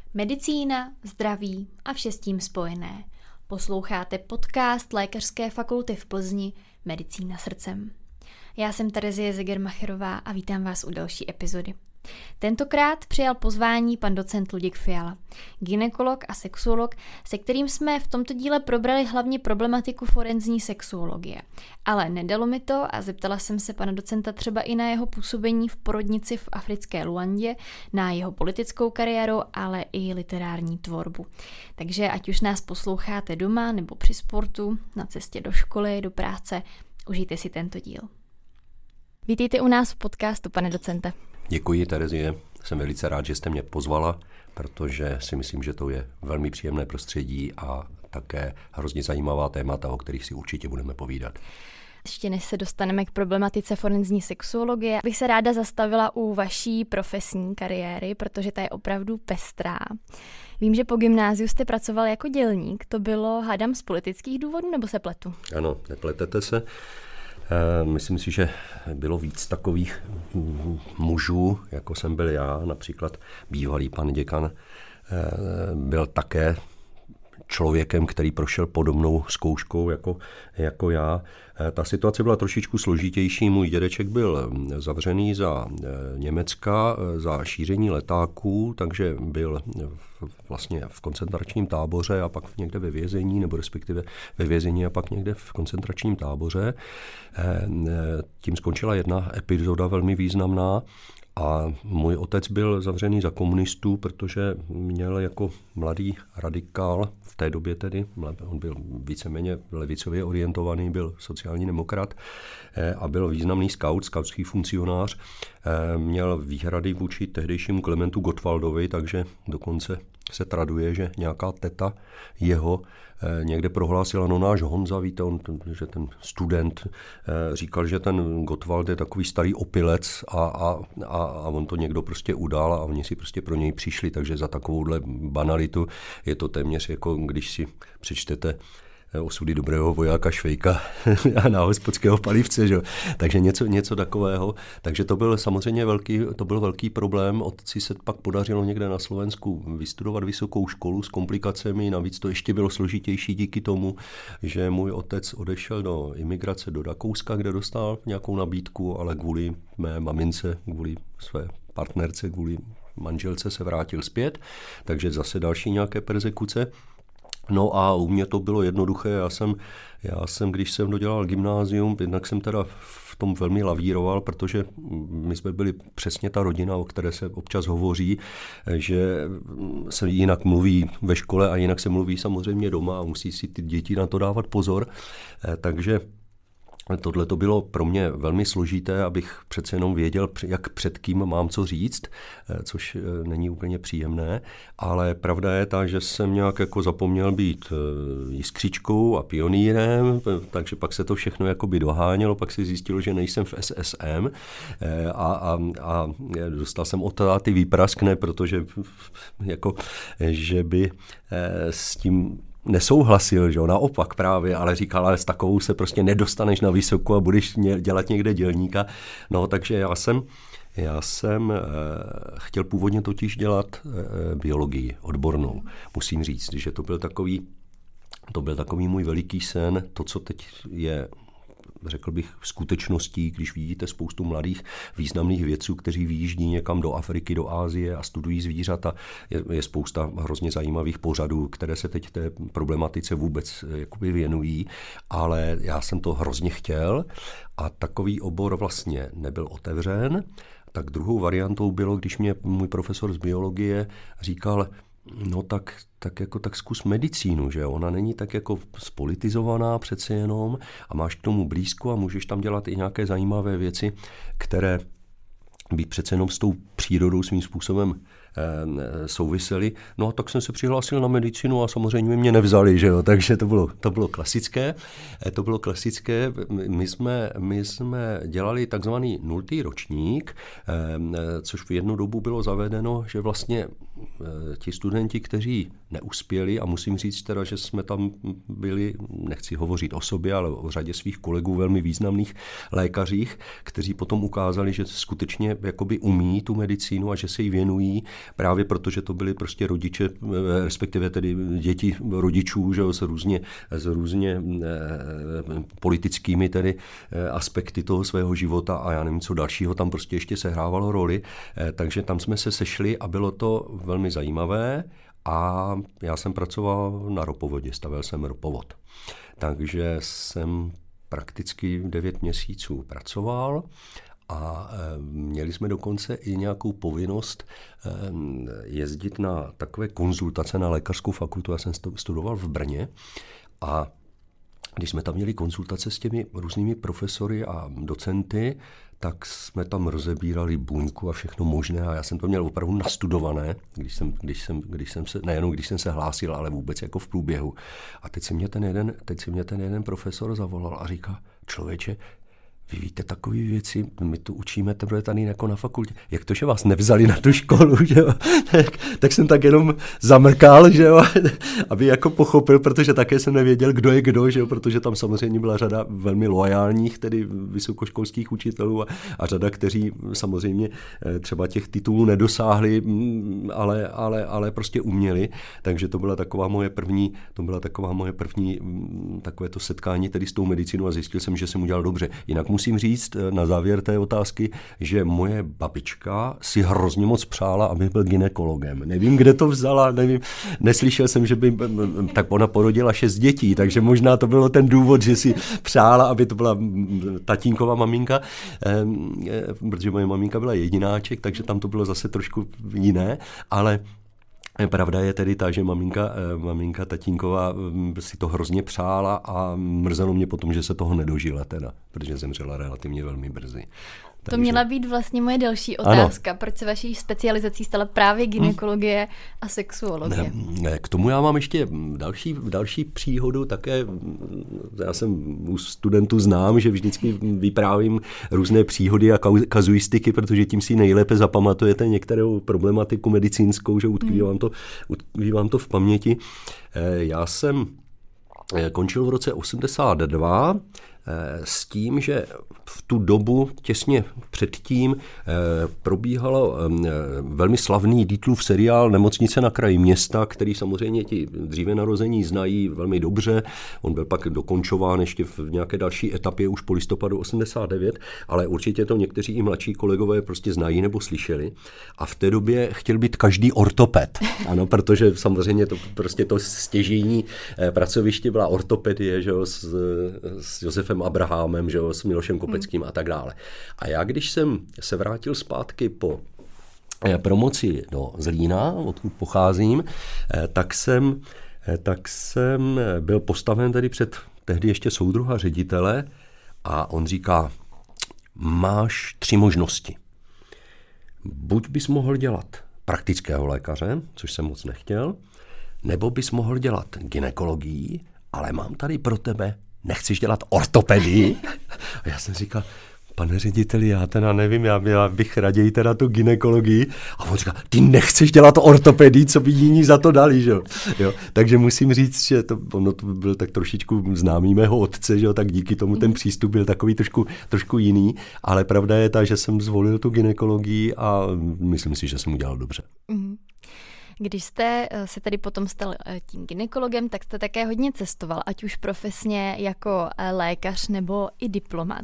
Medicína, zdraví a vše s tím spojené. Posloucháte podcast Lékařské fakulty v Plzni Medicína srdcem. Já jsem Terezie Zegermacherová a vítám vás u další epizody. Tentokrát přijal pozvání pan docent Luděk Fiala, gynekolog a sexuolog, se kterým jsme v tomto díle probrali hlavně problematiku forenzní sexuologie. Ale nedalo mi to a zeptala jsem se pana docenta třeba i na jeho působení v porodnici v africké Luandě, na jeho politickou kariéru, ale i literární tvorbu. Takže ať už nás posloucháte doma nebo při sportu, na cestě do školy, do práce, užijte si tento díl. Vítejte u nás v podcastu, pane docente. Děkuji, Terezie. Jsem velice rád, že jste mě pozvala, protože si myslím, že to je velmi příjemné prostředí a také hrozně zajímavá témata, o kterých si určitě budeme povídat. Ještě než se dostaneme k problematice forenzní sexuologie, bych se ráda zastavila u vaší profesní kariéry, protože ta je opravdu pestrá. Vím, že po gymnáziu jste pracoval jako dělník. To bylo, hádám, z politických důvodů, nebo se pletu? Ano, nepletete se. Myslím si, že bylo víc takových mužů, jako jsem byl já, například bývalý pan děkan, byl také člověkem, který prošel podobnou zkouškou jako já. Ta situace byla trošičku složitější. Můj dědeček byl zavřený za Německa za šíření letáků, takže byl vlastně v koncentračním táboře a pak někde ve vězení, nebo respektive ve vězení a pak někde v koncentračním táboře. Tím skončila jedna epizoda velmi významná. A můj otec byl zavřený za komunistů, protože měl jako mladý radikál, v té době tedy, on byl víceméně levicově orientovaný, byl sociální demokrat a byl významný skautský funkcionář. Měl výhrady vůči tehdejšímu Klementu Gottwaldovi, takže dokonce se traduje, že nějaká teta jeho někde prohlásila, no náš Honza, víte, že ten student říkal, že ten Gottwald je takový starý opilec a on to někdo prostě udal a oni si prostě pro něj přišli, takže za takovouhle banalitu je to téměř jako když si přečtete Osudy dobrého vojáka Švejka na hospodského palivce, že? Takže něco takového. Takže to byl samozřejmě velký problém. Otci se pak podařilo někde na Slovensku vystudovat vysokou školu s komplikacemi. Navíc to ještě bylo složitější díky tomu, že můj otec odešel do imigrace do Rakouska, kde dostal nějakou nabídku, ale kvůli mé mamince, kvůli své partnerce, kvůli manželce se vrátil zpět. Takže zase další nějaké perzekuce. No a u mě to bylo jednoduché, já jsem, když jsem dodělal gymnázium, jednak jsem teda v tom velmi lavíroval, protože my jsme byli přesně ta rodina, o které se občas hovoří, že se jinak mluví ve škole a jinak se mluví samozřejmě doma a musí si ty děti na to dávat pozor, takže tohle to bylo pro mě velmi složité, abych přece jenom věděl, jak před kým mám co říct, což není úplně příjemné, ale pravda je ta, že jsem nějak jako zapomněl být jiskřičkou a pionýrem, takže pak se to všechno jakoby dohánělo, pak si zjistilo, že nejsem v SSM a dostal jsem od táty výpraskne, protože jako, že by s tím nesouhlasil, že naopak právě, ale říkal, ale s takovou se prostě nedostaneš na vysokou a budeš dělat někde dělníka. No, takže já jsem chtěl původně totiž dělat biologii odbornou. Musím říct, že to byl takový můj veliký sen, to, co teď je, řekl bych, skutečností, když vidíte spoustu mladých významných vědců, kteří vyjíždí někam do Afriky, do Asie a studují zvířata. Je spousta hrozně zajímavých pořadů, které se teď té problematice vůbec jakoby věnují, ale já jsem to hrozně chtěl a takový obor vlastně nebyl otevřen. Tak druhou variantou bylo, když mě můj profesor z biologie říkal, no tak zkus medicínu, že ona není tak jako spolitizovaná přece jenom a máš k tomu blízko a můžeš tam dělat i nějaké zajímavé věci, které by přece jenom s tou přírodou svým způsobem souvisely. No a tak jsem se přihlásil na medicínu a samozřejmě mě nevzali, že jo, takže to bylo klasické. My jsme dělali takzvaný 0. ročník, což v jednu dobu bylo zavedeno, že vlastně ti studenti, kteří neuspěli, a musím říct teda, že jsme tam byli, nechci hovořit o sobě, ale o řadě svých kolegů velmi významných lékařích, kteří potom ukázali, že skutečně jakoby umí tu medicínu a že se jí věnují, právě protože to byli prostě rodiče, respektive tedy děti rodičů, že, s různě politickými tedy aspekty toho svého života a já nevím, co dalšího tam prostě ještě sehrávalo roli. Takže tam jsme se sešli a bylo to velmi zajímavé a já jsem pracoval na ropovodě, stavěl jsem ropovod. Takže jsem prakticky 9 měsíců pracoval a měli jsme dokonce i nějakou povinnost jezdit na takové konzultace na lékařskou fakultu. Já jsem studoval v Brně a když jsme tam měli konzultace s těmi různými profesory a docenty, tak jsme tam rozebírali buňku a všechno možné a já jsem to měl opravdu nastudované, nejenom když jsem se hlásil, ale vůbec jako v průběhu. A teď si mě ten jeden profesor zavolal a říká, člověče, vy víte takové věci, my tu učíme teprve tady jako na fakultě. Jak to, že vás nevzali na tu školu, že jo? Tak jsem tak jenom zamrkal, že jo? Aby jako pochopil, protože také jsem nevěděl, kdo je kdo, že jo? Protože tam samozřejmě byla řada velmi loajálních, tedy vysokoškolských učitelů a řada, kteří samozřejmě třeba těch titulů nedosáhli, ale prostě uměli. Takže to byla taková moje první takové to setkání tedy s tou medicínou a zjistil jsem, že jsem udělal dobře. Jinak musím říct na závěr té otázky, že moje babička si hrozně moc přála, aby byl gynekologem. Nevím, kde to vzala, neslyšel jsem, že by, tak ona porodila 6 dětí, takže možná to bylo ten důvod, že si přála, aby to byla tatínková maminka, protože moje maminka byla jedináček, takže tam to bylo zase trošku jiné, ale pravda je tedy ta, že maminka tatínková si to hrozně přála a mrzelo mě potom, že se toho nedožila teda, protože zemřela relativně velmi brzy. To měla být vlastně moje další otázka. Ano. Proč se vaší specializací stala právě gynekologie a sexuologie? K tomu já mám ještě další příhodu také. Já jsem u studentů znám, že vždycky vyprávím různé příhody a kazuistiky, protože tím si nejlépe zapamatujete některou problematiku medicínskou, že utkví vám to v paměti. Já jsem končil v roce 82 s tím, že v tu dobu těsně předtím probíhalo velmi slavný Dietlův seriál Nemocnice na kraji města, který samozřejmě ti dříve narození znají velmi dobře. On byl pak dokončován ještě v nějaké další etapě už po listopadu 89, ale určitě to někteří i mladší kolegové prostě znají nebo slyšeli. A v té době chtěl být každý ortoped. Ano, protože samozřejmě to prostě to stěžejní pracoviště byla ortopedie, že jo, s Josefem Abrahamem, že jo, s Milošem Kopeckým a tak dále. A já, když jsem se vrátil zpátky po promoci do Zlína, odkud pocházím, tak jsem byl postaven tedy před tehdy ještě soudruha ředitele a on říká, máš 3 možnosti. Buď bys mohl dělat praktického lékaře, což jsem moc nechtěl, nebo bys mohl dělat gynekologii, ale mám tady pro tebe, nechceš dělat ortopedii? A já jsem říkal, pane řediteli, já teda nevím, já bych raději teda tu gynekologii. A on říká, ty nechceš dělat ortopedii, co by jiní za to dali, že jo? Takže musím říct, že ono to byl tak trošičku známý mého otce, že jo? Tak díky tomu ten přístup byl takový trošku jiný, ale pravda je ta, že jsem zvolil tu gynekologii a myslím si, že jsem udělal dobře. Mm-hmm. Když jste se tedy potom stal tím gynekologem, tak jste také hodně cestoval, ať už profesně jako lékař nebo i diplomat.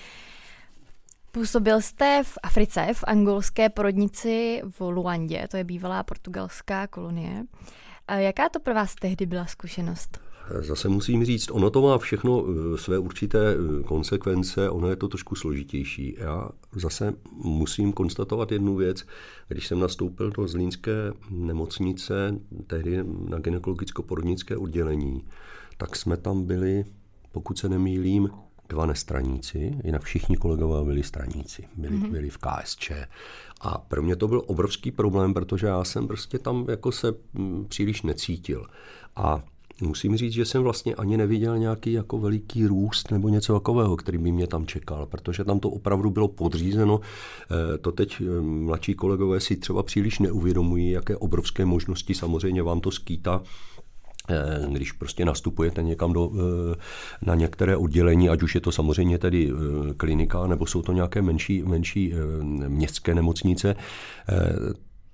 Působil jste v Africe, v angolské porodnici v Luandě, to je bývalá portugalská kolonie. Jaká to pro vás tehdy byla zkušenost? Zase musím říct, ono to má všechno své určité konsekvence, ono je to trošku složitější. Já zase musím konstatovat jednu věc. Když jsem nastoupil do zlínské nemocnice, tehdy na gynekologicko-porodnické oddělení, tak jsme tam byli, pokud se nemýlím, 2 nestraníci, jinak všichni kolegové byli straníci, byli v KSČ. A pro mě to byl obrovský problém, protože já jsem prostě tam jako se příliš necítil. A musím říct, že jsem vlastně ani neviděl nějaký jako veliký růst nebo něco takového, který by mě tam čekal, protože tam to opravdu bylo podřízeno. To teď mladší kolegové si třeba příliš neuvědomují, jaké obrovské možnosti samozřejmě vám to skýtá, když prostě nastupujete někam na některé oddělení, ať už je to samozřejmě tedy klinika, nebo jsou to nějaké menší městské nemocnice.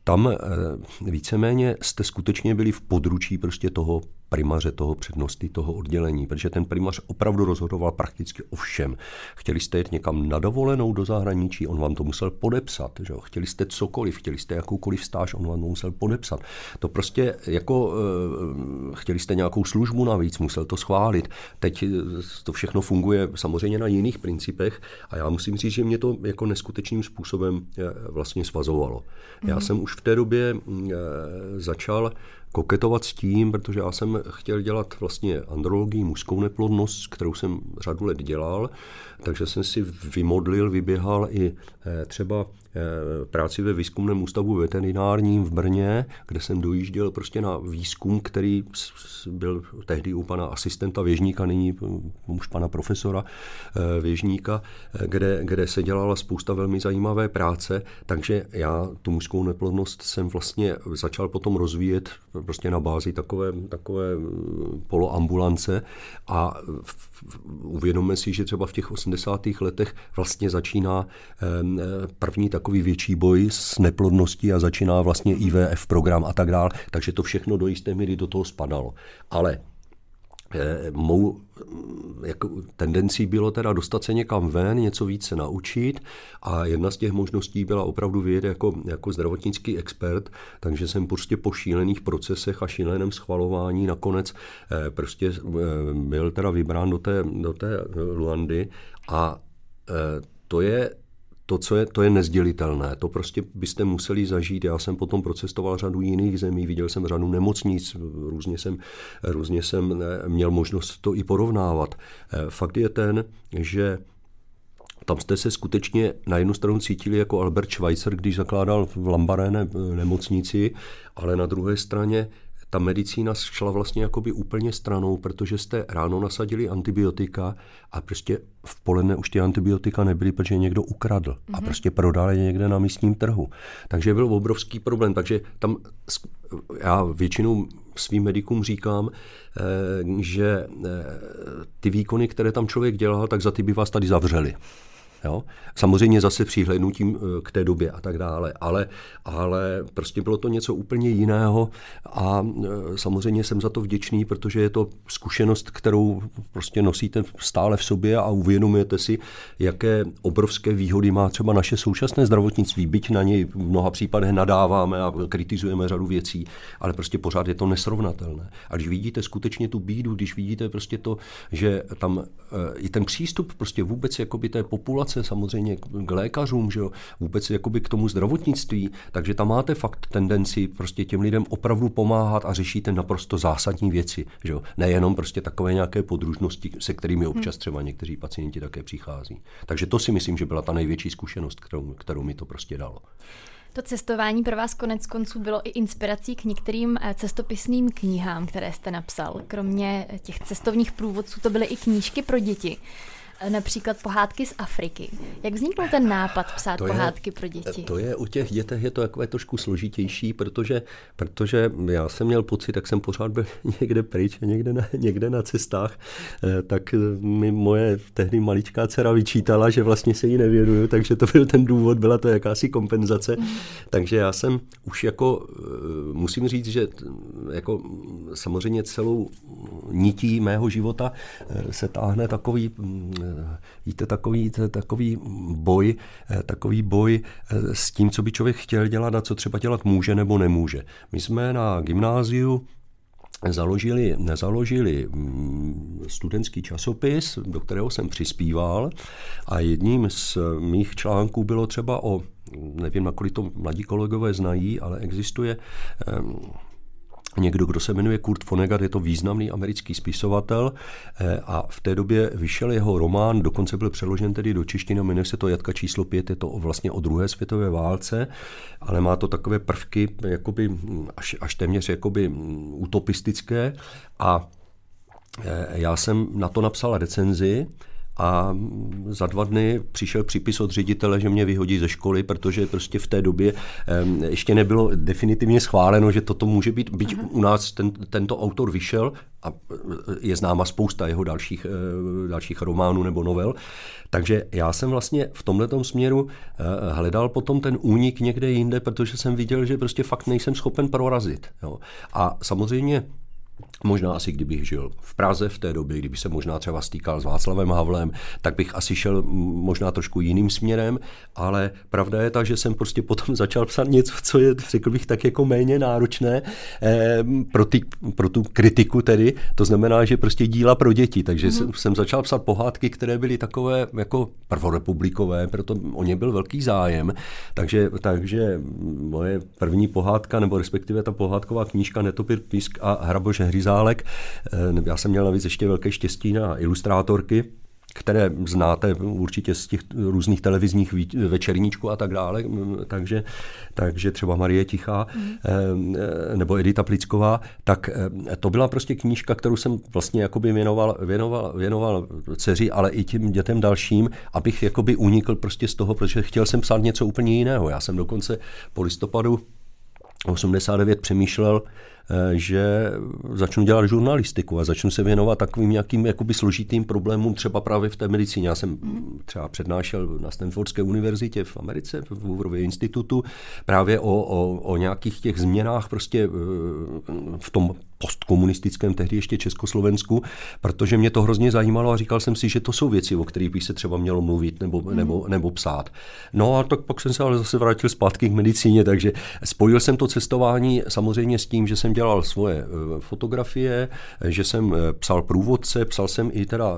tam víceméně jste skutečně byli v područí prostě toho primaře, toho přednosty, toho oddělení, protože ten primař opravdu rozhodoval prakticky o všem. Chtěli jste jít někam na dovolenou do zahraničí, on vám to musel podepsat. Že? Chtěli jste cokoliv, chtěli jste jakoukoliv stáž, on vám to musel podepsat. To prostě jako chtěli jste nějakou službu navíc, musel to schválit. Teď to všechno funguje samozřejmě na jiných principech a já musím říct, že mě to jako neskutečným způsobem vlastně svazovalo. Já jsem už v té době začal koketovat s tím, protože já jsem chtěl dělat vlastně andrologii, mužskou neplodnost, kterou jsem řadu let dělal, takže jsem si vyběhal i třeba práci ve výzkumném ústavu veterinárním v Brně, kde jsem dojížděl prostě na výzkum, který byl tehdy u pana asistenta Věžníka, nyní už pana profesora Věžníka, kde se dělala spousta velmi zajímavé práce, takže já tu mužskou neplodnost jsem vlastně začal potom rozvíjet prostě na bázi takové poloambulance a uvědomme si, že třeba v těch 80. letech vlastně začíná první takový větší boj s neplodností a začíná vlastně IVF program a tak dále, takže to všechno do jisté míry do toho spadalo. Ale mou jako tendencí bylo teda dostat se někam ven, něco víc se naučit a jedna z těch možností byla opravdu vyjet jako zdravotnický expert, takže jsem prostě po šílených procesech a šíleném schvalování nakonec prostě byl teda vybrán do té Luandy a to je nezdělitelné. To prostě byste museli zažít. Já jsem potom procestoval řadu jiných zemí, viděl jsem řadu nemocnic, různě jsem měl možnost to i porovnávat. Fakt je ten, že tam jste se skutečně na jednu stranu cítili jako Albert Schweitzer, když zakládal v Lambaréne nemocnici, ale na druhé straně ta medicína šla vlastně jakoby úplně stranou, protože jste ráno nasadili antibiotika a prostě v poledne už ty antibiotika nebyly, protože někdo ukradl a prostě prodal je někde na místním trhu. Takže byl obrovský problém. Takže tam já většinou svým medikům říkám, že ty výkony, které tam člověk dělal, tak za ty by vás tady zavřeli. Jo? Samozřejmě zase přihlédnutím k té době a tak dále, ale prostě bylo to něco úplně jiného a samozřejmě jsem za to vděčný, protože je to zkušenost, kterou prostě nosíte stále v sobě a uvědomujete si, jaké obrovské výhody má třeba naše současné zdravotnictví, byť na něj v mnoha případech nadáváme a kritizujeme řadu věcí, ale prostě pořád je to nesrovnatelné. A když vidíte skutečně tu bídu, když vidíte prostě to, že tam i ten přístup prostě vůbec jakoby té populace samozřejmě k lékařům, že jo, vůbec jakoby k tomu zdravotnictví, takže tam máte fakt tendenci prostě těm lidem opravdu pomáhat a řešíte naprosto zásadní věci, že jo, nejenom prostě takové nějaké podružnosti, se kterými občas třeba někteří pacienti také přichází. Takže to si myslím, že byla ta největší zkušenost, kterou mi to prostě dalo. To cestování pro vás konec konců bylo i inspirací k některým cestopisným knihám, které jste napsal. Kromě těch cestovních průvodců to byly i knížky pro děti. Například Pohádky z Afriky. Jak vznikl ten nápad psát pohádky pro děti? To je u těch dětech je to takové trošku složitější, protože já jsem měl pocit, jak jsem pořád byl někde pryč a někde na cestách, tak mi moje tehdy maličká dcera vyčítala, že vlastně se jí nevěnuju, takže to byl ten důvod, byla to jakási kompenzace. Takže já jsem už jako, musím říct, že jako samozřejmě celou nití mého života se táhne takový boj s tím, co by člověk chtěl dělat a co třeba dělat může nebo nemůže. My jsme na gymnáziu založili studentský časopis, do kterého jsem přispíval a jedním z mých článků bylo třeba nevím, nakolik to mladí kolegové znají, ale existuje někdo, kdo se jmenuje Kurt Vonnegut, je to významný americký spisovatel a v té době vyšel jeho román, dokonce byl přeložen tedy do češtiny, jmenuje se to Jatka číslo 5, je to vlastně o druhé světové válce, ale má to takové prvky jakoby až téměř jakoby utopistické a já jsem na to napsal recenzi a za 2 dny přišel přípis od ředitele, že mě vyhodí ze školy, protože prostě v té době ještě nebylo definitivně schváleno, že toto může být, byť u nás tento autor vyšel a je známa spousta jeho dalších románů nebo novel. Takže já jsem vlastně v tomhletom směru hledal potom ten únik někde jinde, protože jsem viděl, že prostě fakt nejsem schopen prorazit. Jo. A samozřejmě možná asi kdybych žil v Praze v té době, kdyby se možná třeba stýkal s Václavem Havlem, tak bych asi šel možná trošku jiným směrem, ale pravda je ta, že jsem prostě potom začal psat něco, co je, řekl bych, tak jako méně náročné pro tu kritiku tedy, to znamená, že prostě díla pro děti, takže jsem začal psat pohádky, které byly takové jako prvorepublikové, proto o ně byl velký zájem, takže moje první pohádka, nebo respektive ta pohádková knížka Netopír, písk a hraboš Hryzálek. Já jsem měl navíc ještě velké štěstí na ilustrátorky, které znáte určitě z těch různých televizních večerníčků a tak dále, takže třeba Marie Tichá nebo Edita Plicková, tak to byla prostě knížka, kterou jsem vlastně jakoby věnoval dceři, ale i těm dětem dalším, abych jakoby unikl prostě z toho, protože chtěl jsem psát něco úplně jiného. Já jsem dokonce po listopadu 89 přemýšlel, že začnu dělat žurnalistiku a začnu se věnovat takovým nějakým jakoby složitým problémům třeba právě v té medicíně. Já jsem třeba přednášel na Stanfordské univerzitě v Americe, v Hooverově institutu, právě o nějakých těch změnách prostě v tom postkomunistickém tehdy ještě Československu, protože mě to hrozně zajímalo a říkal jsem si, že to jsou věci, o kterých by se třeba mělo mluvit nebo psát. No a tak pak jsem se ale zase vrátil zpátky k medicíně, takže spojil jsem to cestování samozřejmě s tím, že jsem dělal svoje fotografie, že jsem psal průvodce, psal jsem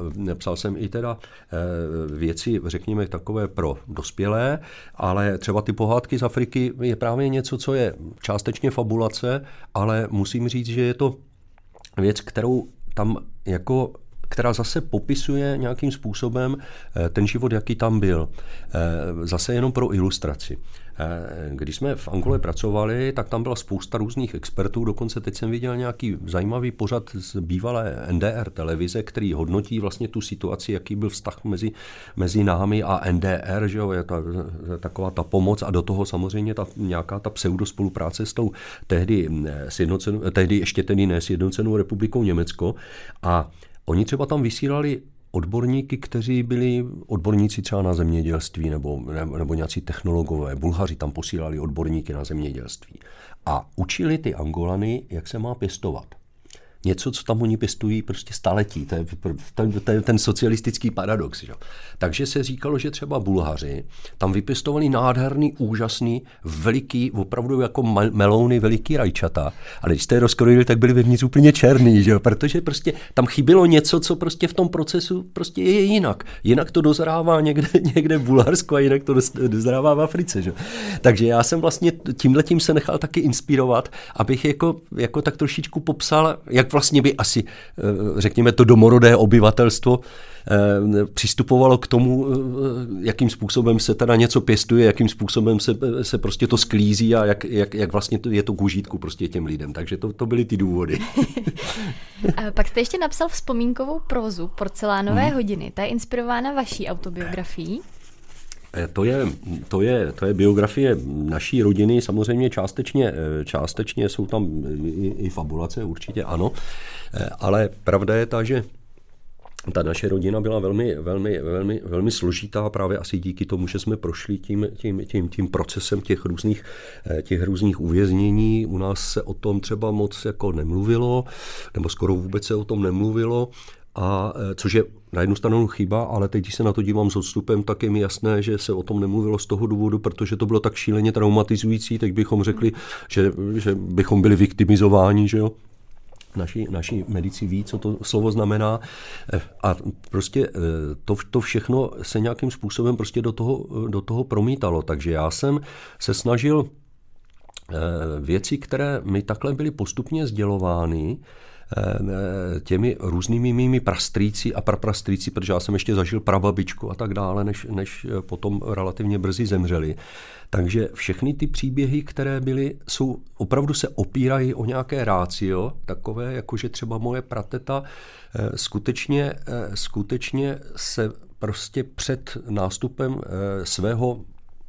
i teda věci, řekněme, takové pro dospělé, ale třeba ty pohádky z Afriky je právě něco, co je částečně fabulace, ale musím říct, že je to věc, kterou tam která zase popisuje nějakým způsobem ten život, jaký tam byl. Zase jenom pro ilustraci. Když jsme v Angole pracovali, tak tam byla spousta různých expertů, dokonce teď jsem viděl nějaký zajímavý pořad z bývalé NDR televize, který hodnotí vlastně tu situaci, jaký byl vztah mezi námi a NDR, že jo, je taková ta pomoc a do toho samozřejmě nějaká ta pseudospolupráce s tou tehdy ještě ne sjednocenou republikou Německo a oni třeba tam vysílali odborníky, kteří byli odborníci třeba na zemědělství nebo nějací technologové. Bulhaři tam posílali odborníky na zemědělství. A učili ty Angolany, jak se má pěstovat. Něco, co tam oni pěstují prostě staletí. To je ten socialistický paradox. Že? Takže se říkalo, že třeba Bulhaři tam vypěstovali nádherný, úžasný, veliký, opravdu jako melouny, veliký rajčata. Ale když jste je rozkrojili, tak byli vevnitř úplně černý, že? Protože prostě tam chybělo něco, co prostě v tom procesu prostě je jinak. Jinak to dozrává někde v Bulharsku a jinak to dozrává v Africe. Že? Takže já jsem vlastně tímhletím se nechal taky inspirovat, abych jako tak trošičku popsal, jak vlastně by asi, řekněme, to domorodé obyvatelstvo přistupovalo k tomu, jakým způsobem se teda něco pěstuje, jakým způsobem se prostě to sklízí a jak vlastně je to k užitku prostě těm lidem. Takže to byly ty důvody. A pak jste ještě napsal vzpomínkovou prózu Porcelánové hodiny. Ta je inspirována vaší autobiografií? To je biografie naší rodiny, samozřejmě částečně jsou tam i fabulace, určitě ano, ale pravda je ta, že ta naše rodina byla velmi složitá právě asi díky tomu, že jsme prošli tím procesem těch různých uvěznění. U nás se o tom třeba moc jako nemluvilo, nebo skoro vůbec se o tom nemluvilo. A což je na jednu stranu chyba, ale teď, když se na to dívám s odstupem, tak je mi jasné, že se o tom nemluvilo z toho důvodu, protože to bylo tak šíleně traumatizující, tak bychom řekli, že bychom byli viktimizováni, že jo. Naši medici ví, co to slovo znamená a prostě to všechno se nějakým způsobem prostě do toho promítalo. Takže já jsem se snažil věci, které mi takhle byly postupně sdělovány, těmi různými mými prastrýci a praprastrýci, protože já jsem ještě zažil prababičku a tak dále, než potom relativně brzy zemřeli. Takže všechny ty příběhy, které byly, opravdu se opírají o nějaké rácio, takové, jakože třeba moje prateta skutečně se prostě před nástupem svého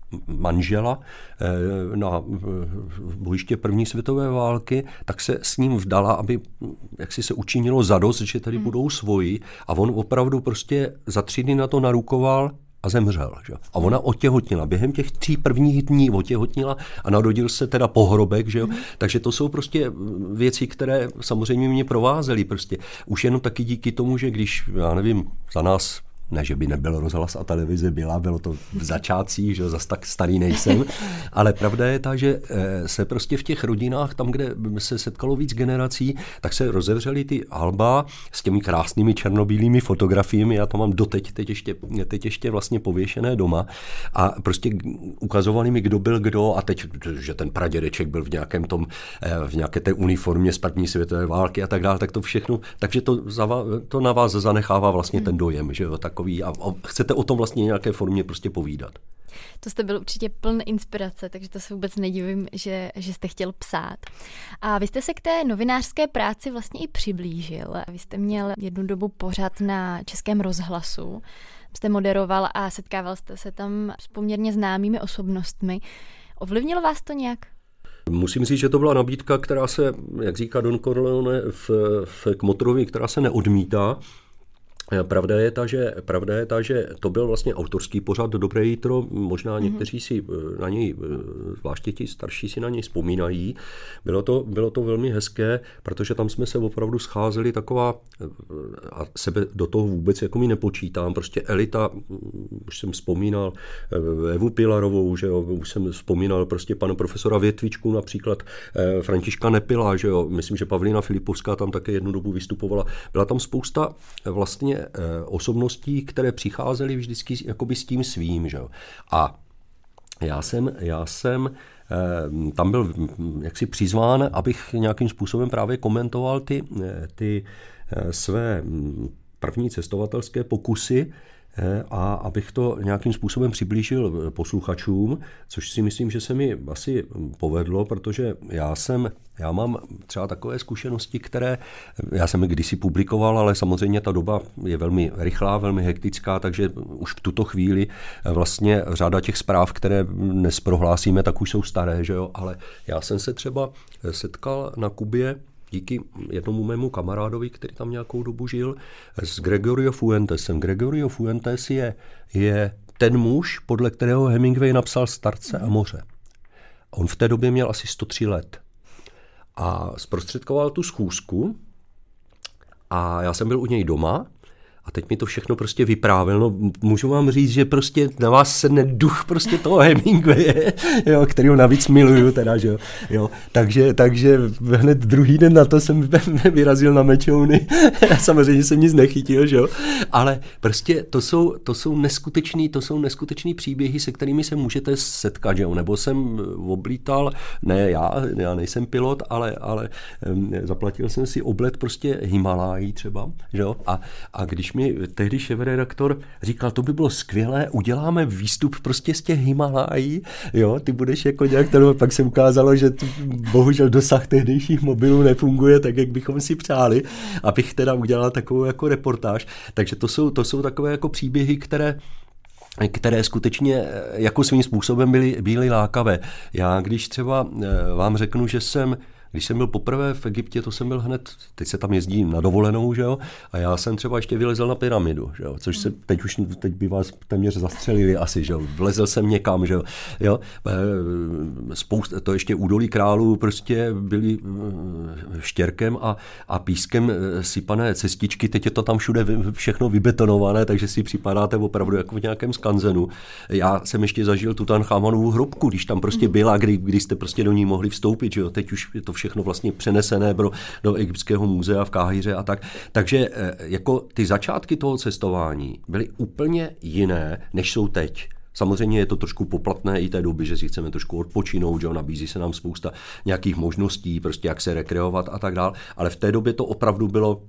manžela na bojiště první světové války, tak se s ním vdala, aby jaksi se učinilo zadost, že tady budou svoji, a on opravdu prostě za 3 dny na to narukoval a zemřel. Že? A ona otěhotnila. Během těch 3 prvních dní otěhotnila a narodil se teda pohrobek. Že? Takže to jsou prostě věci, které samozřejmě mě provázely. Prostě. Už jenom taky díky tomu, že když, já nevím, za nás, ne, že by nebyl rozhlas a televize, bylo to v začátcích, že zas tak starý nejsem, ale pravda je ta, že se prostě v těch rodinách, tam, kde se setkalo víc generací, tak se rozevřely ty alba s těmi krásnými černobílými fotografiemi, já to mám doteď, teď ještě vlastně pověšené doma, a prostě ukazovali mi, kdo byl kdo, a teď, že ten pradědeček byl v nějaké té uniformě z první světové války a tak dále, tak to všechno, takže to na vás zanechává vlastně ten dojem, že jo, tak a chcete o tom vlastně nějaké formě prostě povídat. To jste byl určitě pln inspirace, takže to se vůbec nedivím, že jste chtěl psát. A vy jste se k té novinářské práci vlastně i přiblížil. Vy jste měl jednu dobu pořad na Českém rozhlasu, jste moderoval a setkával jste se tam s poměrně známými osobnostmi. Ovlivnilo vás to nějak? Musím říct, že to byla nabídka, která se, jak říká Don Corleone v Kmotrovi, která se neodmítá. Pravda je ta, že to byl vlastně autorský pořad Dobré jítro, možná někteří si na něj, zvláště ti starší si na něj vzpomínají. Bylo to velmi hezké, protože tam jsme se opravdu scházeli taková, a sebe do toho vůbec jako mi nepočítám, prostě elita, už jsem vzpomínal Evu Pilarovou, že jo, už jsem vzpomínal prostě pana profesora Větvičku, například Františka Nepila, že jo, myslím, že Pavlína Filipovská tam také jednu dobu vystupovala. Byla tam spousta vlastně osobností, které přicházely vždycky jakoby s tím svým. Že? A já jsem tam byl jaksi přizván, abych nějakým způsobem právě komentoval ty své první cestovatelské pokusy a abych to nějakým způsobem přiblížil posluchačům, což si myslím, že se mi asi povedlo, protože já mám třeba takové zkušenosti, které já jsem kdysi publikoval, ale samozřejmě ta doba je velmi rychlá, velmi hektická, takže už v tuto chvíli vlastně řada těch zpráv, které dnes prohlásíme, tak už jsou staré, že jo? Ale já jsem se třeba setkal na Kubě díky jednomu mému kamarádovi, který tam nějakou dobu žil, s Gregorio Fuentesem. Gregorio Fuentes je ten muž, podle kterého Hemingway napsal Starce a moře. On v té době měl asi 103 let. A zprostředkoval tu schůzku a já jsem byl u něj doma a teď mi to všechno prostě vyprávěl. No, můžu vám říct, že prostě na vás sedne duch prostě toho Hemingwaye, jo, kterýho navíc miluju teda, že jo. Takže hned druhý den na to jsem vyrazil na Mečouny. Samozřejmě jsem nic nechytil, že jo. Ale prostě to jsou neskutečný příběhy, se kterými se můžete setkat, že jo. Nebo jsem oblítal, ne já nejsem pilot, ale zaplatil jsem si oblet prostě Himalájí třeba, že jo. A když mi tehdy šéfredaktor říkal, to by bylo skvělé, uděláme výstup prostě z těch Himalájí, jo, ty budeš jako nějak, pak se ukázalo, že bohužel dosah tehdejších mobilů nefunguje tak, jak bychom si přáli, abych teda udělal takovou jako reportáž. Takže to jsou takové jako příběhy, které skutečně jako svým způsobem byly lákavé. Já když třeba vám řeknu, že když jsem byl poprvé v Egyptě, to jsem byl hned, teď se tam jezdí na dovolenou, že jo, a já jsem třeba ještě vylezl na pyramidu, že jo, což se teď by vás téměř zastřelili asi, že jo, vlezl jsem někam, že jo, to ještě údolí králů prostě byly štěrkem a pískem sypané cestičky, teď je to tam všude všechno vybetonované, takže si připadáte opravdu jako v nějakém skanzenu. Já jsem ještě zažil Tutanchamonovu hrobku, když tam prostě byla, kdy jste prostě do ní mohli vstoupit, že jo, teď už je to všechno vlastně přenesené do Egyptského muzea v Káhiře a tak. Takže jako ty začátky toho cestování byly úplně jiné, než jsou teď. Samozřejmě je to trošku poplatné i té doby, že si chceme trošku odpočinout, že nabízí se nám spousta nějakých možností, prostě jak se rekreovat a tak dál, ale v té době to opravdu bylo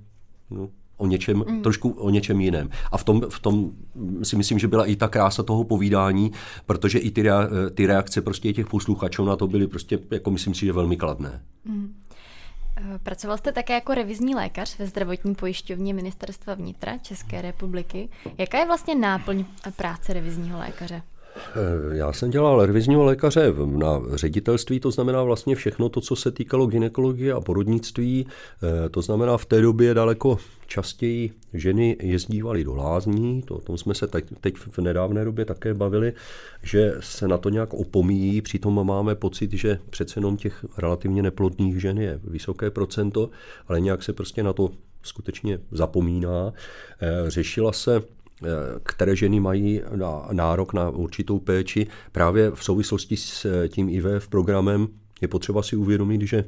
trošku o něčem jiném. A v tom si myslím, že byla i ta krása toho povídání, protože i ty reakce prostě těch posluchačů na to byly prostě, jako myslím si, že velmi kladné. Pracoval jste také jako revizní lékař ve zdravotní pojišťovně Ministerstva vnitra České republiky. Jaká je vlastně náplň práce revizního lékaře? Já jsem dělal revizního lékaře na ředitelství, to znamená vlastně všechno to, co se týkalo gynekologie a porodnictví. To znamená v té době daleko častěji ženy jezdívaly do lázní, o tom jsme se teď v nedávné době také bavili, že se na to nějak opomíjí, přitom máme pocit, že přece jenom těch relativně neplodných žen je vysoké procento, ale nějak se prostě na to skutečně zapomíná. Řešila se, které ženy mají nárok na určitou péči. Právě v souvislosti s tím IVF programem je potřeba si uvědomit, že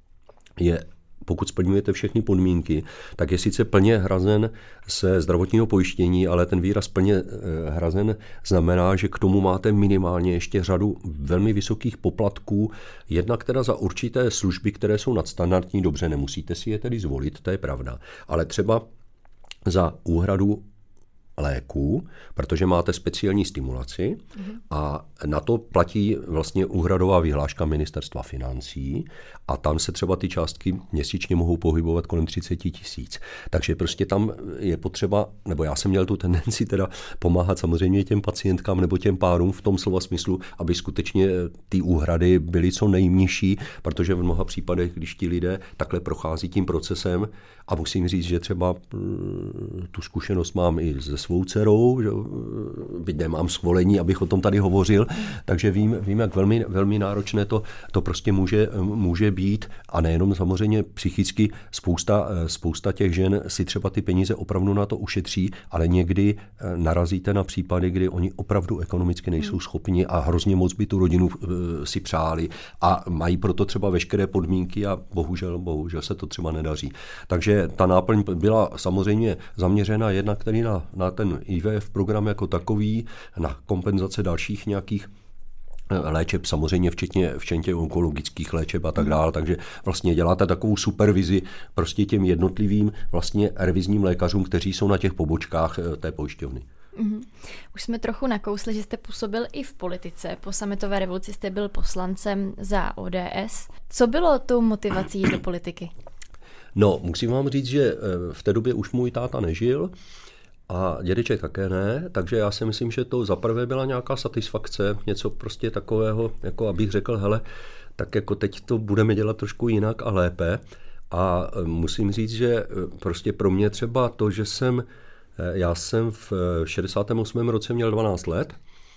pokud splňujete všechny podmínky, tak je sice plně hrazen ze zdravotního pojištění, ale ten výraz plně hrazen znamená, že k tomu máte minimálně ještě řadu velmi vysokých poplatků, jednak teda za určité služby, které jsou nadstandardní, dobře, nemusíte si je tedy zvolit, to je pravda, ale třeba za úhradu léků, protože máte speciální stimulaci a na to platí vlastně úhradová vyhláška Ministerstva financí a tam se třeba ty částky měsíčně mohou pohybovat kolem 30 000. Takže prostě tam je potřeba, nebo já jsem měl tu tendenci teda pomáhat samozřejmě těm pacientkám nebo těm párům v tom slova smyslu, aby skutečně ty úhrady byly co nejnižší, protože v mnoha případech, když ti lidé takhle prochází tím procesem, a musím říct, že třeba tu zkušenost mám i se svou dcerou, že byť nemám svolení, abych o tom tady hovořil, takže vím jak velmi, velmi náročné to prostě může být a nejenom samozřejmě psychicky spousta těch žen si třeba ty peníze opravdu na to ušetří, ale někdy narazíte na případy, kdy oni opravdu ekonomicky nejsou schopni a hrozně moc by tu rodinu si přáli a mají proto třeba veškeré podmínky a bohužel se to třeba nedaří. Takže ta náplň byla samozřejmě zaměřena jednak tedy na ten IVF program jako takový, na kompenzace dalších nějakých léčeb, samozřejmě včetně onkologických léčeb a tak dále, takže vlastně děláte takovou supervizi prostě těm jednotlivým vlastně revizním lékařům, kteří jsou na těch pobočkách té pojišťovny. Už jsme trochu nakousli, že jste působil i v politice. Po sametové revoluci jste byl poslancem za ODS. Co bylo tou motivací do politiky? No, musím vám říct, že v té době už můj táta nežil a dědeček také ne, takže já si myslím, že to zaprvé byla nějaká satisfakce, něco prostě takového, jako abych řekl, hele, tak jako teď to budeme dělat trošku jinak a lépe. A musím říct, že prostě pro mě třeba to, že já jsem v 68. roce měl 12 let,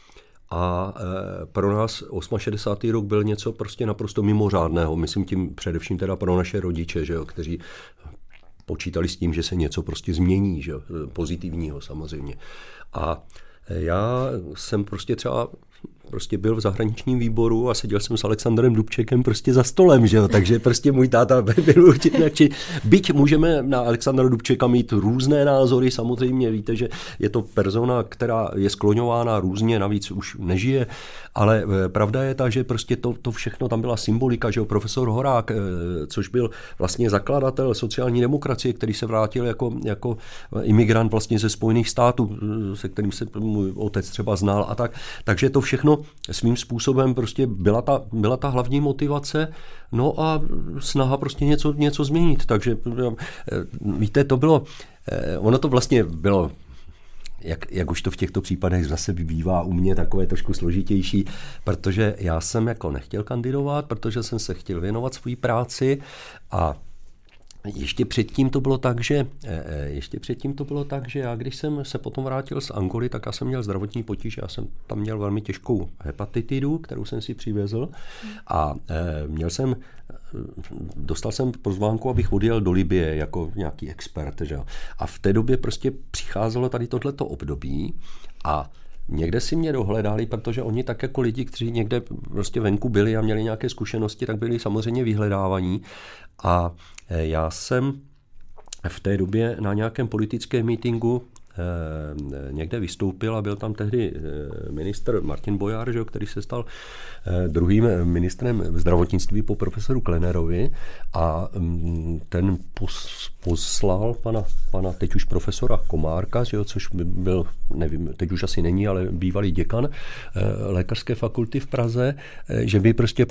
a pro nás 68. rok byl něco prostě naprosto mimořádného. Myslím tím především teda pro naše rodiče, že jo, kteří počítali s tím, že se něco prostě změní, že jo, pozitivního samozřejmě. A já jsem prostě třeba byl v zahraničním výboru a seděl jsem s Alexandrem Dubčekem prostě za stolem, že jo, takže prostě můj táta byl určitě nějaký. Byť můžeme na Alexandra Dubčeka mít různé názory, samozřejmě víte, že je to persona, která je skloňována různě, navíc už nežije, ale pravda je ta, že prostě to všechno, tam byla symbolika, že jo, profesor Horák, což byl vlastně zakladatel sociální demokracie, který se vrátil jako imigrant vlastně ze Spojených států, se kterým se můj otec třeba znal a tak, takže to všechno svým způsobem prostě byla ta hlavní motivace, no a snaha prostě něco změnit. Takže víte, to bylo, ono to vlastně bylo, jak už to v těchto případech zase bývá u mě takové trošku složitější, protože já jsem jako nechtěl kandidovat, protože jsem se chtěl věnovat své práci a ještě předtím to bylo tak, že já když jsem se potom vrátil z Angoly, tak já jsem měl zdravotní potíže, já jsem tam měl velmi těžkou hepatitidu, kterou jsem si přivezl a dostal jsem pozvánku, abych odjel do Libye jako nějaký expert. Že? A v té době prostě přicházelo tady tohleto období a někde si mě dohledali, protože oni tak jako lidi, kteří někde prostě venku byli a měli nějaké zkušenosti, tak byli samozřejmě vyhledávaní. A já jsem v té době na nějakém politickém meetingu někde vystoupil a byl tam tehdy ministr Martin Bojár, že, který se stal druhým ministrem zdravotnictví po profesoru Klenerovi a ten poslal pana teď už profesora Komárka, že, což byl, nevím, teď už asi není, ale bývalý děkan lékařské fakulty v Praze, že by prostě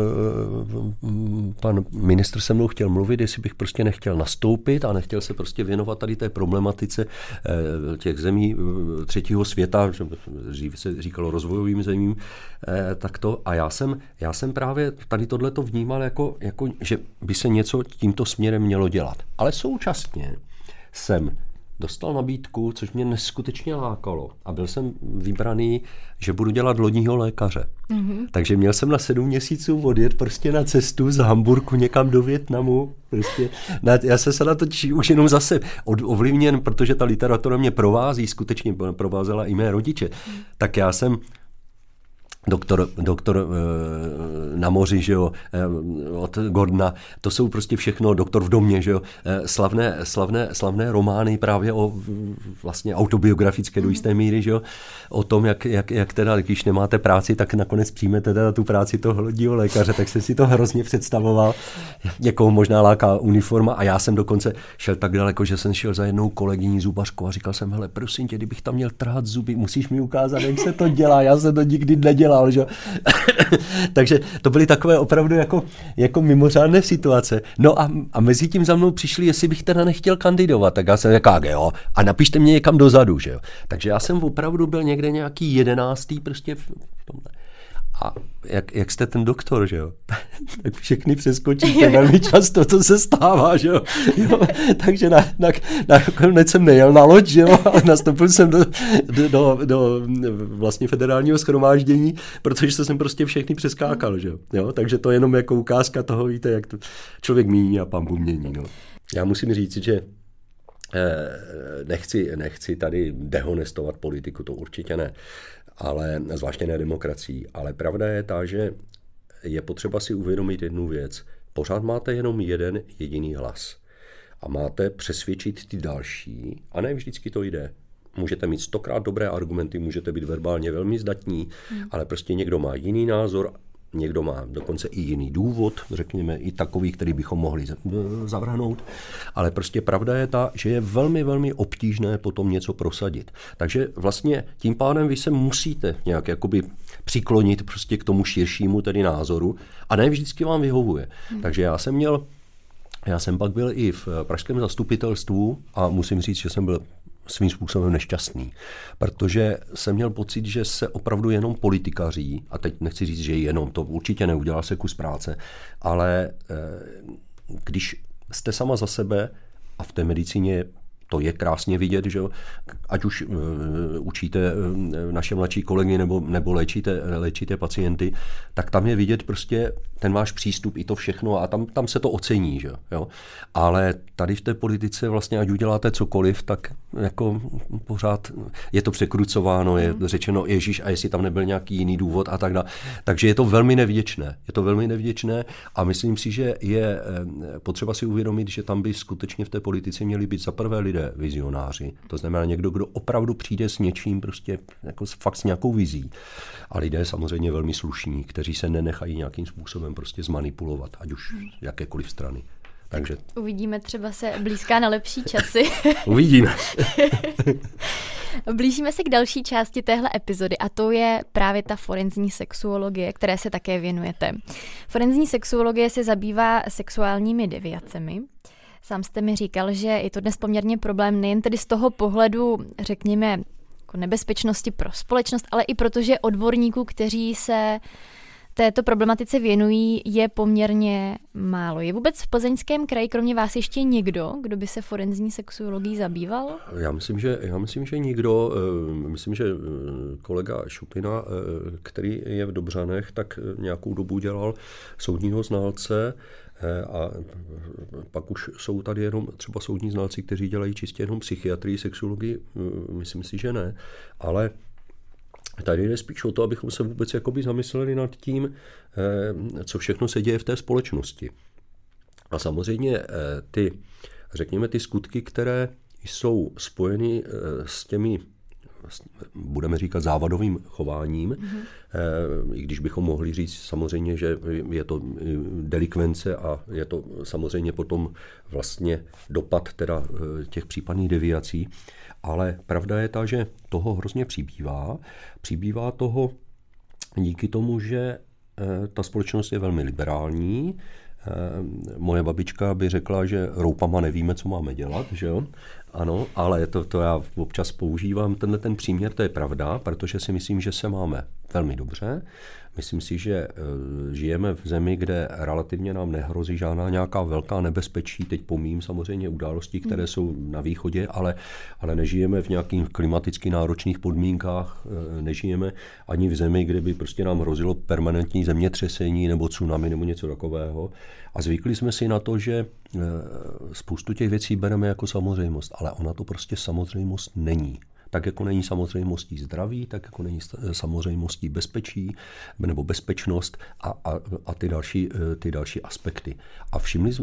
pan ministr se mnou chtěl mluvit, jestli bych prostě nechtěl nastoupit a nechtěl se prostě věnovat tady té problematice těch zemí třetího světa, dřív se říkalo rozvojovým zemím, takto. A já jsem právě tady tohleto vnímal jako, že by se něco tímto směrem mělo dělat. Ale současně jsem dostal nabídku, což mě neskutečně lákalo. A byl jsem vybraný, že budu dělat lodního lékaře. Mm-hmm. Takže měl jsem na 7 měsíců odjet prostě na cestu z Hamburku někam do Vietnamu. Prostě. Já jsem se na to už jenom zase ovlivněn, protože ta literatura mě provází, skutečně provázela i mé rodiče. Tak já jsem doktor na moři, že jo, od Gordona, to jsou prostě všechno, Doktor v domě, že jo, slavné romány právě o vlastně autobiografické do jisté míry, že jo, o tom, jak teda, když nemáte práci, tak nakonec přijmete teda tu práci toho lodního lékaře, tak jsem si to hrozně představoval. Někoho možná láká uniforma a já jsem dokonce šel tak daleko, že jsem šel za jednou kolegyní zubařkou a říkal jsem, hele, prosím tě, kdybych tam měl trhat zuby, musíš mi ukázat, jak se to dělá, já jsem to nikdy nedělal. Že? Takže to byly takové opravdu jako mimořádné situace. No a mezi tím za mnou přišli, jestli bych teda nechtěl kandidovat, tak já jsem řekl, jo, a napište mě někam dozadu, že jo. Takže já jsem opravdu byl někde nějaký 11. prostě v tomhle. A jak jste ten doktor, že jo? Tak všechny přeskočíte velmi často, to se stává, že jo? Takže nakonec jsem nejel na loď, že jo? Ale nastoupil jsem do vlastně federálního shromáždění, protože jsem prostě všechny přeskákal, že jo? Takže to je jenom jako ukázka toho, víte, jak to člověk míní a pambu mění, no. Já musím říct, že nechci tady dehonestovat politiku, to určitě ne. Ale zvláště ne demokracií. Ale pravda je ta, že je potřeba si uvědomit jednu věc. Pořád máte jenom jeden jediný hlas. A máte přesvědčit ty další. A ne vždycky to jde. Můžete mít 100krát dobré argumenty, můžete být verbálně velmi zdatní, ale prostě někdo má jiný názor, někdo má dokonce i jiný důvod, řekněme i takový, který bychom mohli zavrhnout. Ale prostě pravda je ta, že je velmi, velmi obtížné potom něco prosadit. Takže vlastně tím pádem vy se musíte nějak jakoby přiklonit prostě k tomu širšímu tedy názoru a ne vždycky vám vyhovuje. Takže já jsem pak byl i v pražském zastupitelstvu a musím říct, že jsem byl svým způsobem nešťastný, protože jsem měl pocit, že se opravdu jenom politikaří, a teď nechci říct, že jenom, to určitě neudělá se kus práce, ale když jste sama za sebe a v té medicíně to je krásně vidět, že ať už učíte naše mladší kolegy nebo léčíte pacienty, tak tam je vidět prostě ten váš přístup i to všechno a tam se to ocení, že jo. Ale tady v té politice vlastně, ať uděláte cokoliv, tak jako pořád je to překrucováno, je řečeno Ježíš a jestli tam nebyl nějaký jiný důvod a tak dále. Takže je to velmi nevděčné a myslím si, že je potřeba si uvědomit, že tam by skutečně v té politice měli být za prvé lidé vizionáři. To znamená někdo, kdo opravdu přijde s něčím, prostě jako fakt s nějakou vizí. A lidé samozřejmě velmi slušní, kteří se nenechají nějakým způsobem prostě zmanipulovat, ať už z jakékoliv strany. Takže uvidíme, třeba se blízká na lepší časy. Uvidíme. Blížíme se k další části téhle epizody a to je právě ta forenzní sexuologie, které se také věnujete. Forenzní sexuologie se zabývá sexuálními deviacemi. Sám jste mi říkal, že je to dnes poměrně problém nejen tedy z toho pohledu, řekněme, jako nebezpečnosti pro společnost, ale i protože odborníků, kteří se této problematice věnují, je poměrně málo. Je vůbec v Plzeňském kraji kromě vás ještě někdo, kdo by se forenzní sexuologií zabýval? Já myslím, že nikdo. Myslím, že kolega Šupina, který je v Dobřanech, tak nějakou dobu dělal soudního znalce. A pak už jsou tady jenom třeba soudní znalci, kteří dělají čistě jenom psychiatrii, sexuologii, myslím si, že ne. Ale tady jde spíš o to, abychom se vůbec jakoby zamysleli nad tím, co všechno se děje v té společnosti. A samozřejmě ty skutky, které jsou spojeny s těmi, budeme říkat, závadovým chováním, i když bychom mohli říct samozřejmě, že je to delikvence a je to samozřejmě potom vlastně dopad teda těch případných deviací, ale pravda je ta, že toho hrozně přibývá. Přibývá toho díky tomu, že ta společnost je velmi liberální. Moje babička by řekla, že roupama nevíme, co máme dělat, že jo? Ano, ale to já občas používám, ten příměr, to je pravda, protože si myslím, že se máme velmi dobře. Myslím si, že žijeme v zemi, kde relativně nám nehrozí žádná nějaká velká nebezpečí. Teď pomím samozřejmě události, které jsou na východě, ale nežijeme v nějakých klimaticky náročných podmínkách, nežijeme ani v zemi, kde by prostě nám hrozilo permanentní zemětřesení nebo tsunami nebo něco takového. A zvykli jsme si na to, že spoustu těch věcí bereme jako samozřejmost, ale ona to prostě samozřejmost není. Tak jako není samozřejmostí zdraví, tak jako není samozřejmostí bezpečí nebo bezpečnost a ty další aspekty. A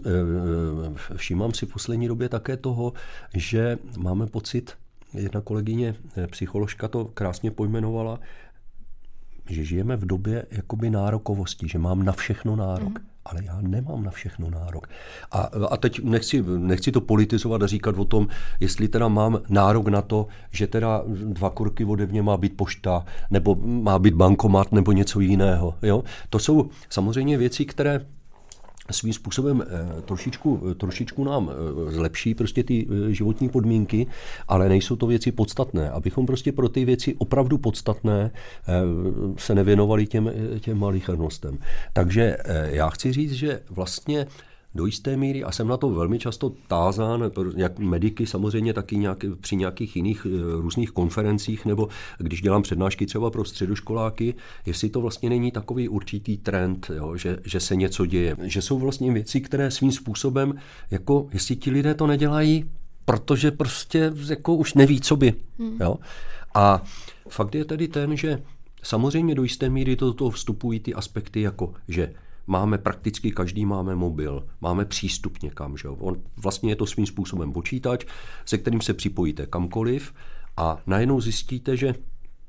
všímám si v poslední době také toho, že máme pocit, jedna kolegyně psycholožka to krásně pojmenovala, že žijeme v době jakoby nárokovosti, že mám na všechno nárok. Ale já nemám na všechno nárok. A teď nechci to politizovat a říkat o tom, jestli teda mám nárok na to, že teda 2 kroky ode mě má být pošta, nebo má být bankomat, nebo něco jiného. Jo? To jsou samozřejmě věci, které svým způsobem trošičku nám zlepší prostě ty životní podmínky, ale nejsou to věci podstatné. Abychom prostě pro ty věci opravdu podstatné se nevěnovali těm malichernostem. Takže já chci říct, že vlastně do jisté míry, a jsem na to velmi často tázán, jak mediky samozřejmě taky při nějakých jiných různých konferencích, nebo když dělám přednášky třeba pro středoškoláky, jestli to vlastně není takový určitý trend, jo, že se něco děje. Že jsou vlastně věci, které svým způsobem, jako jestli ti lidé to nedělají, protože prostě jako už neví, co by. Jo. A fakt je tedy ten, že samozřejmě do jisté míry do toho vstupují ty aspekty, jako že prakticky každý máme mobil, máme přístup někam. Že? Vlastně je to svým způsobem počítač, se kterým se připojíte kamkoliv a najednou zjistíte, že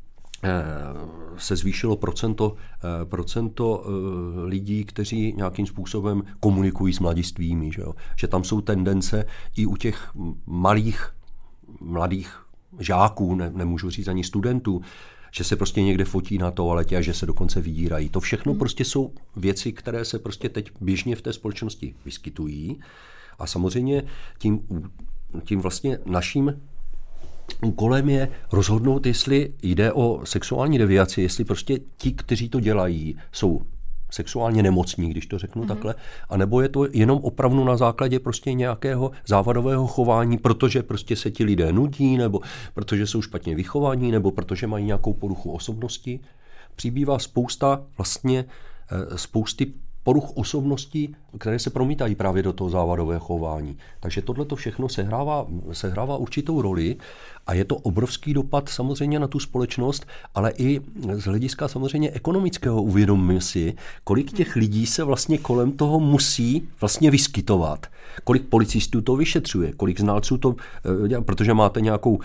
se zvýšilo procento lidí, kteří nějakým způsobem komunikují s mladistvými. Že tam jsou tendence i u těch mladých žáků, nemůžu říct ani studentů, že se prostě někde fotí na toaletě a že se dokonce vydírají. To všechno prostě jsou věci, které se prostě teď běžně v té společnosti vyskytují. A samozřejmě tím vlastně naším úkolem je rozhodnout, jestli jde o sexuální deviaci, jestli prostě ti, kteří to dělají, jsou sexuálně nemocní, když to řeknu takhle, anebo je to jenom opravdu na základě prostě nějakého závadového chování, protože prostě se ti lidé nudí, nebo protože jsou špatně vychovaní, nebo protože mají nějakou poruchu osobnosti. Přibývá spousty poruch osobností, které se promítají právě do toho závadového chování. Takže tohleto všechno sehrává určitou roli a je to obrovský dopad samozřejmě na tu společnost, ale i z hlediska samozřejmě ekonomického. Uvědomme si, kolik těch lidí se vlastně kolem toho musí vlastně vyskytovat. Kolik policistů to vyšetřuje, kolik znalců to, protože máte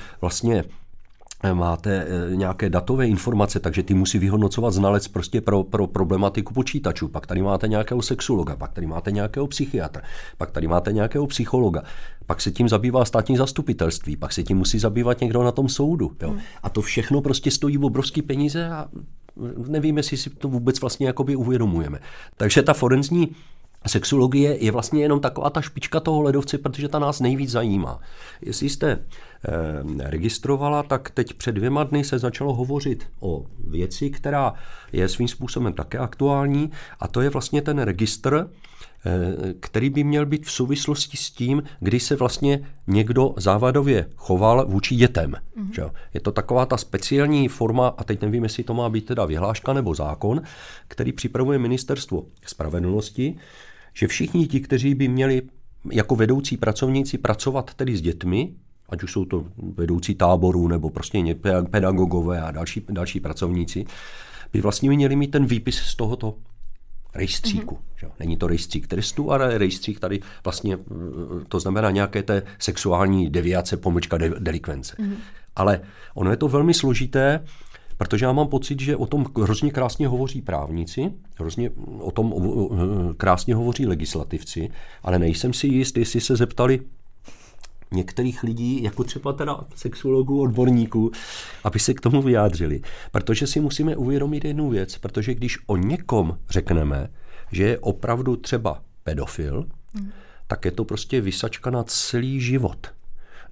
nějaké datové informace, takže ty musí vyhodnocovat znalec prostě pro problematiku počítačů. Pak tady máte nějakého sexuologa, pak tady máte nějakého psychiatra, pak tady máte nějakého psychologa. Pak se tím zabývá státní zastupitelství, pak se tím musí zabývat někdo na tom soudu. Jo? A to všechno prostě stojí obrovský peníze a nevíme, jestli si to vůbec vlastně jakoby uvědomujeme. Takže ta forenzní sexuologie je vlastně jenom taková ta špička toho ledovce, protože ta nás nejvíc zajímá. Jestli jste registrovala, tak teď před 2 dny se začalo hovořit o věci, která je svým způsobem také aktuální, a to je vlastně ten registr, který by měl být v souvislosti s tím, kdy se vlastně někdo závadově choval vůči dětem. Je to taková ta speciální forma, a teď nevím, jestli to má být teda vyhláška nebo zákon, který připravuje Ministerstvo spravedlnosti, že všichni ti, kteří by měli jako vedoucí pracovníci pracovat tedy s dětmi, ať už jsou to vedoucí táborů nebo prostě pedagogové a další pracovníci, by vlastně měli mít ten výpis z tohoto rejstříku. Není to rejstřík trestů, ale rejstřík tady vlastně, to znamená nějaké té sexuální deviace, delikvence. Ale ono je to velmi složité, protože já mám pocit, že o tom hrozně krásně hovoří právníci, hrozně o tom krásně hovoří legislativci, ale nejsem si jist, jestli se zeptali některých lidí, jako třeba teda sexuologů, odborníků, aby se k tomu vyjádřili. Protože si musíme uvědomit jednu věc, protože když o někom řekneme, že je opravdu třeba pedofil, tak je to prostě vysačka na celý život.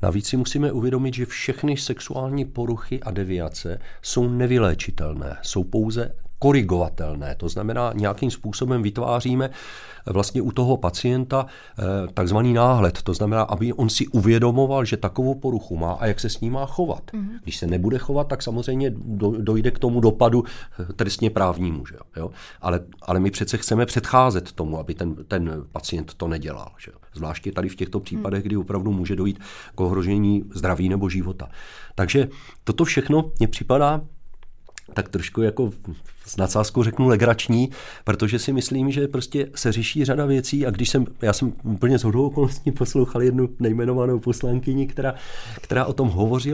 Navíc si musíme uvědomit, že všechny sexuální poruchy a deviace jsou nevyléčitelné, jsou pouze korigovatelné. To znamená, nějakým způsobem vytváříme vlastně u toho pacienta takzvaný náhled. To znamená, aby on si uvědomoval, že takovou poruchu má a jak se s ní má chovat. Když se nebude chovat, tak samozřejmě dojde k tomu dopadu trestně právnímu. Že jo? Ale my přece chceme předcházet tomu, aby ten pacient to nedělal. Že jo? Zvláště tady v těchto případech, kdy opravdu může dojít k ohrožení zdraví nebo života. Takže toto všechno mně připadá tak trošku jako s nadsázkou řeknu legrační, protože si myslím, že prostě se řeší řada věcí a já jsem úplně shodou okolností poslouchal jednu nejmenovanou poslankyni, která o tom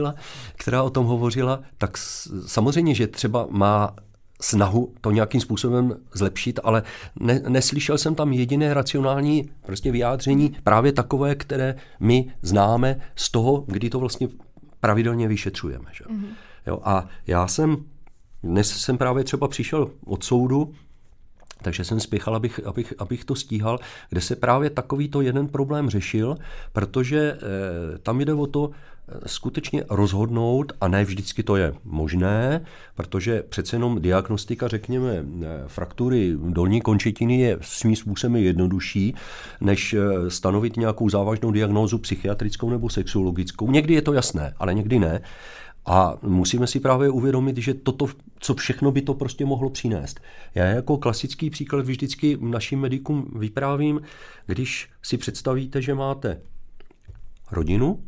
hovořila, tak samozřejmě, že třeba má snahu to nějakým způsobem zlepšit, ale neslyšel jsem tam jediné racionální prostě vyjádření, právě takové, které my známe z toho, kdy to vlastně pravidelně vyšetřujeme. Že? Jo, a dnes jsem právě třeba přišel od soudu, takže jsem spěchal, abych to stíhal, kde se právě takovýto jeden problém řešil, protože tam jde o to skutečně rozhodnout, a ne vždycky to je možné, protože přece jenom diagnostika, řekněme, fraktury dolní končetiny je svým způsobem jednodušší, než stanovit nějakou závažnou diagnózu psychiatrickou nebo sexuologickou. Někdy je to jasné, ale někdy ne. A musíme si právě uvědomit, že toto, co všechno by to prostě mohlo přinést. Já jako klasický příklad vždycky našim medikům vyprávím, když si představíte, že máte rodinu,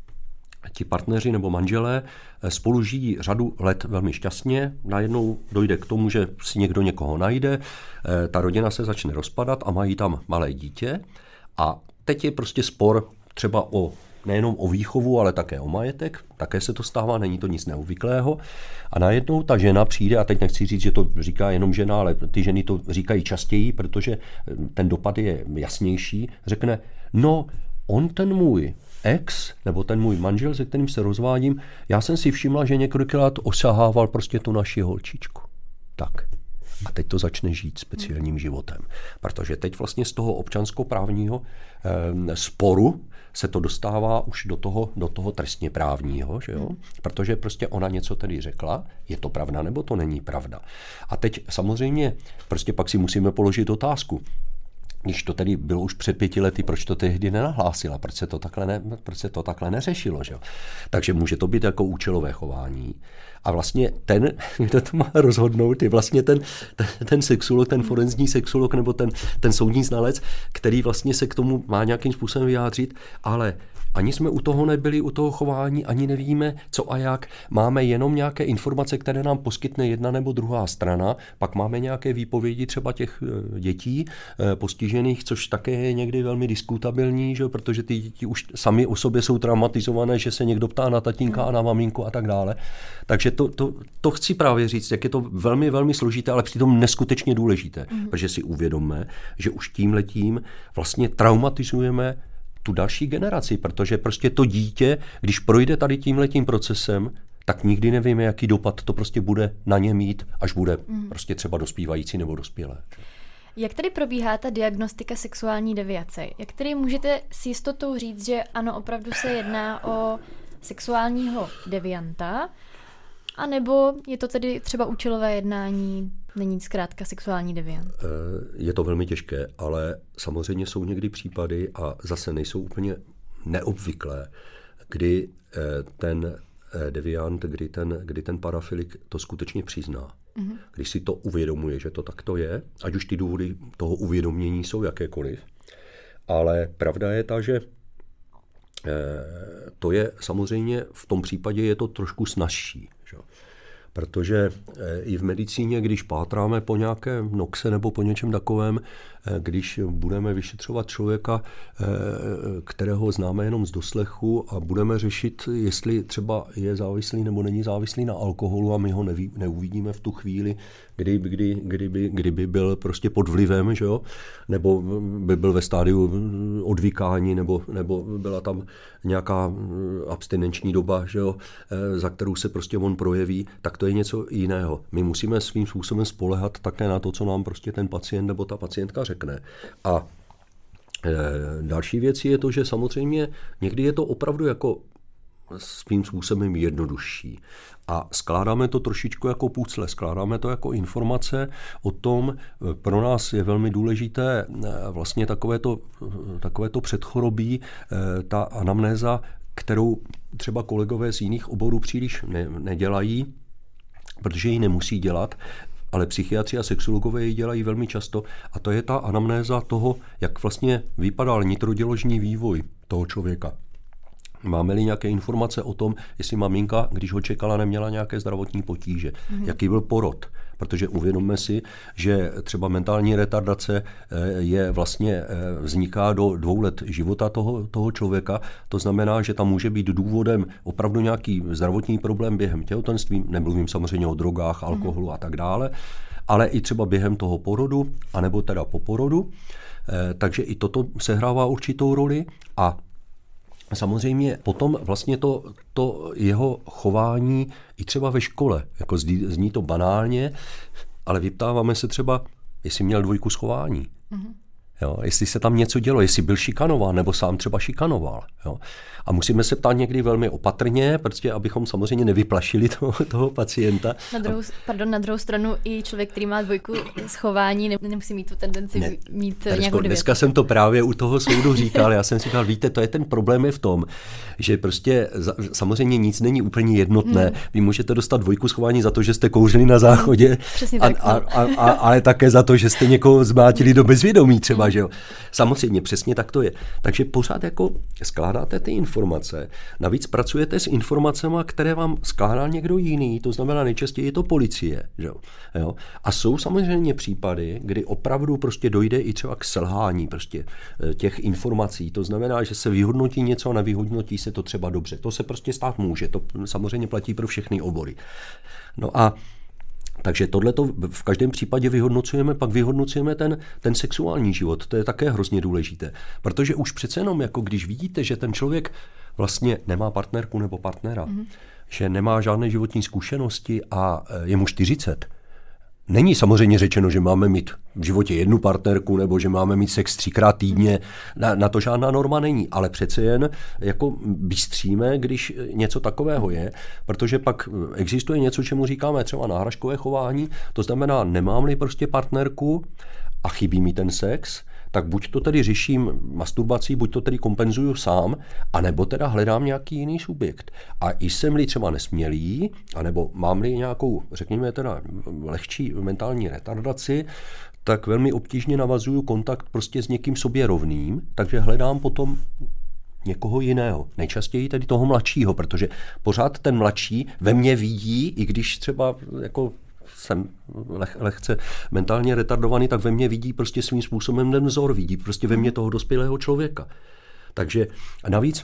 ti partneři nebo manželé spolu žijí řadu let velmi šťastně, najednou dojde k tomu, že si někdo někoho najde, ta rodina se začne rozpadat a mají tam malé dítě a teď je prostě spor třeba nejenom o výchovu, ale také o majetek. Také se to stává, není to nic neobvyklého. A najednou ta žena přijde, a teď nechci říct, že to říká jenom žena, ale ty ženy to říkají častěji, protože ten dopad je jasnější, řekne, no, on ten můj ex, nebo ten můj manžel, se kterým se rozvádím, já jsem si všimla, že několikrát osahával prostě tu naši holčičku. Tak. A teď to začne žít speciálním životem. Protože teď vlastně z toho občanskoprávního sporu se to dostává už do toho trestně právního, že jo? Protože prostě ona něco tedy řekla, je to pravda nebo to není pravda. A teď samozřejmě prostě pak si musíme položit otázku, když to tedy bylo už před 5 lety, proč to tehdy nenahlásila, proč se to takhle neřešilo. Že? Takže může to být jako účelové chování. A vlastně ten, kdo to má rozhodnout, je vlastně ten sexuolog, ten forenzní sexuolog nebo ten soudní znalec, který vlastně se k tomu má nějakým způsobem vyjádřit, ale ani jsme u toho nebyli, u toho chování, ani nevíme, co a jak. Máme jenom nějaké informace, které nám poskytne jedna nebo druhá strana, pak máme nějaké výpovědi třeba těch dětí postižených, což také je někdy velmi diskutabilní, že? Protože ty děti už sami o sobě jsou traumatizované, že se někdo ptá na tatínka a na maminku a tak dále. Takže to chci právě říct, jak je to velmi, velmi složité, ale přitom neskutečně důležité, protože si uvědomme, že už tímhletím vlastně traumatizujeme tu další generaci, protože prostě to dítě, když projde tady tímhletím procesem, tak nikdy nevíme, jaký dopad to prostě bude na ně mít, až bude prostě třeba dospívající nebo dospělé. Jak tedy probíhá ta diagnostika sexuální deviace? Jak tedy můžete s jistotou říct, že ano, opravdu se jedná o sexuálního devianta, anebo je to tedy třeba účelové jednání, není zkrátka sexuální deviant? Je to velmi těžké, ale samozřejmě jsou někdy případy a zase nejsou úplně neobvyklé, kdy ten deviant, kdy ten parafilik to skutečně přizná. Když si to uvědomuje, že to takto je, ať už ty důvody toho uvědomění jsou jakékoliv, ale pravda je ta, že to je samozřejmě v tom případě je to trošku snazší. Že? Protože i v medicíně, když pátráme po nějaké noxe nebo po něčem takovém, když budeme vyšetřovat člověka, kterého známe jenom z doslechu a budeme řešit, jestli třeba je závislý nebo není závislý na alkoholu a my ho neuvidíme v tu chvíli, kdyby byl prostě pod vlivem, že jo? Nebo by byl ve stádiu odvykání, nebo byla tam nějaká abstinenční doba, že jo? Za kterou se prostě on projeví, tak to je něco jiného. My musíme svým způsobem spoléhat také na to, co nám prostě ten pacient nebo ta pacientka řekne. A další věc je to, že samozřejmě někdy je to opravdu jako svým způsobem jednodušší. A skládáme to trošičku jako pucle, skládáme to jako informace o tom, pro nás je velmi důležité vlastně takovéto předchorobí, ta anamnéza, kterou třeba kolegové z jiných oborů příliš nedělají, protože ji nemusí dělat, ale psychiatři a sexologové ji dělají velmi často, a to je ta anamnéza toho, jak vlastně vypadal nitroděložní vývoj toho člověka. Máme-li nějaké informace o tom, jestli maminka, když ho čekala, neměla nějaké zdravotní potíže, jaký byl porod. Protože uvědomme si, že třeba mentální retardace vzniká do 2 let života toho člověka. To znamená, že tam může být důvodem opravdu nějaký zdravotní problém během těhotenství, nemluvím samozřejmě o drogách, alkoholu a tak dále, ale i třeba během toho porodu, anebo teda po porodu. Takže i toto sehrává určitou roli a samozřejmě potom vlastně to jeho chování i třeba ve škole, jako zní to banálně, ale vyptáváme se třeba, jestli měl 2 z chování. Jo, jestli se tam něco dělo, jestli byl šikanován, nebo sám třeba šikanoval. Jo. A musíme se ptát někdy velmi opatrně, protože abychom samozřejmě nevyplašili toho pacienta. Na druhou stranu i člověk, který má 2 z chování, nemusí mít tu tendenci mít nějakou 9. Dneska jsem to právě u toho soudu říkal, já jsem si říkal, víte, to je ten problém je v tom, že prostě samozřejmě nic není úplně jednotné. Vy můžete dostat 2 z chování za to, že jste kouřili na záchodě, ale také za to, že jste někoho zmátili do bezvědomí třeba, že jo. Samozřejmě, přesně tak to je. Takže pořád jako skládáte ty informace, navíc pracujete s informacemi, které vám skládá někdo jiný, to znamená nejčastěji je to policie, že jo. A jsou samozřejmě případy, kdy opravdu prostě dojde i třeba k selhání prostě těch informací, to znamená, že se vyhodnotí něco a nevyhodnotí se to třeba dobře. To se prostě stát může, to samozřejmě platí pro všechny obory. No a takže tohleto v každém případě vyhodnocujeme ten sexuální život. To je také hrozně důležité. Protože už přece jenom, jako když vidíte, že ten člověk vlastně nemá partnerku nebo partnera, že nemá žádné životní zkušenosti a je mu 40, není samozřejmě řečeno, že máme mít v životě 1 partnerku nebo že máme mít sex 3krát týdně. Na to žádná norma není, ale přece jen jako bystříme, když něco takového je, protože pak existuje něco, čemu říkáme třeba náhražkové chování, to znamená, nemám-li prostě partnerku a chybí mi ten sex, tak buď to tedy řeším masturbací, buď to tedy kompenzuju sám, anebo teda hledám nějaký jiný subjekt. A jsem-li třeba nesmělý, anebo mám-li nějakou, řekněme teda lehčí mentální retardaci, tak velmi obtížně navazuju kontakt prostě s někým sobě rovným, takže hledám potom někoho jiného. Nejčastěji tedy toho mladšího, protože pořád ten mladší ve mně vidí, i když třeba jako jsem lehce mentálně retardovaný, tak ve mně vidí prostě svým způsobem ten vzor, vidí prostě ve mně toho dospělého člověka. Takže navíc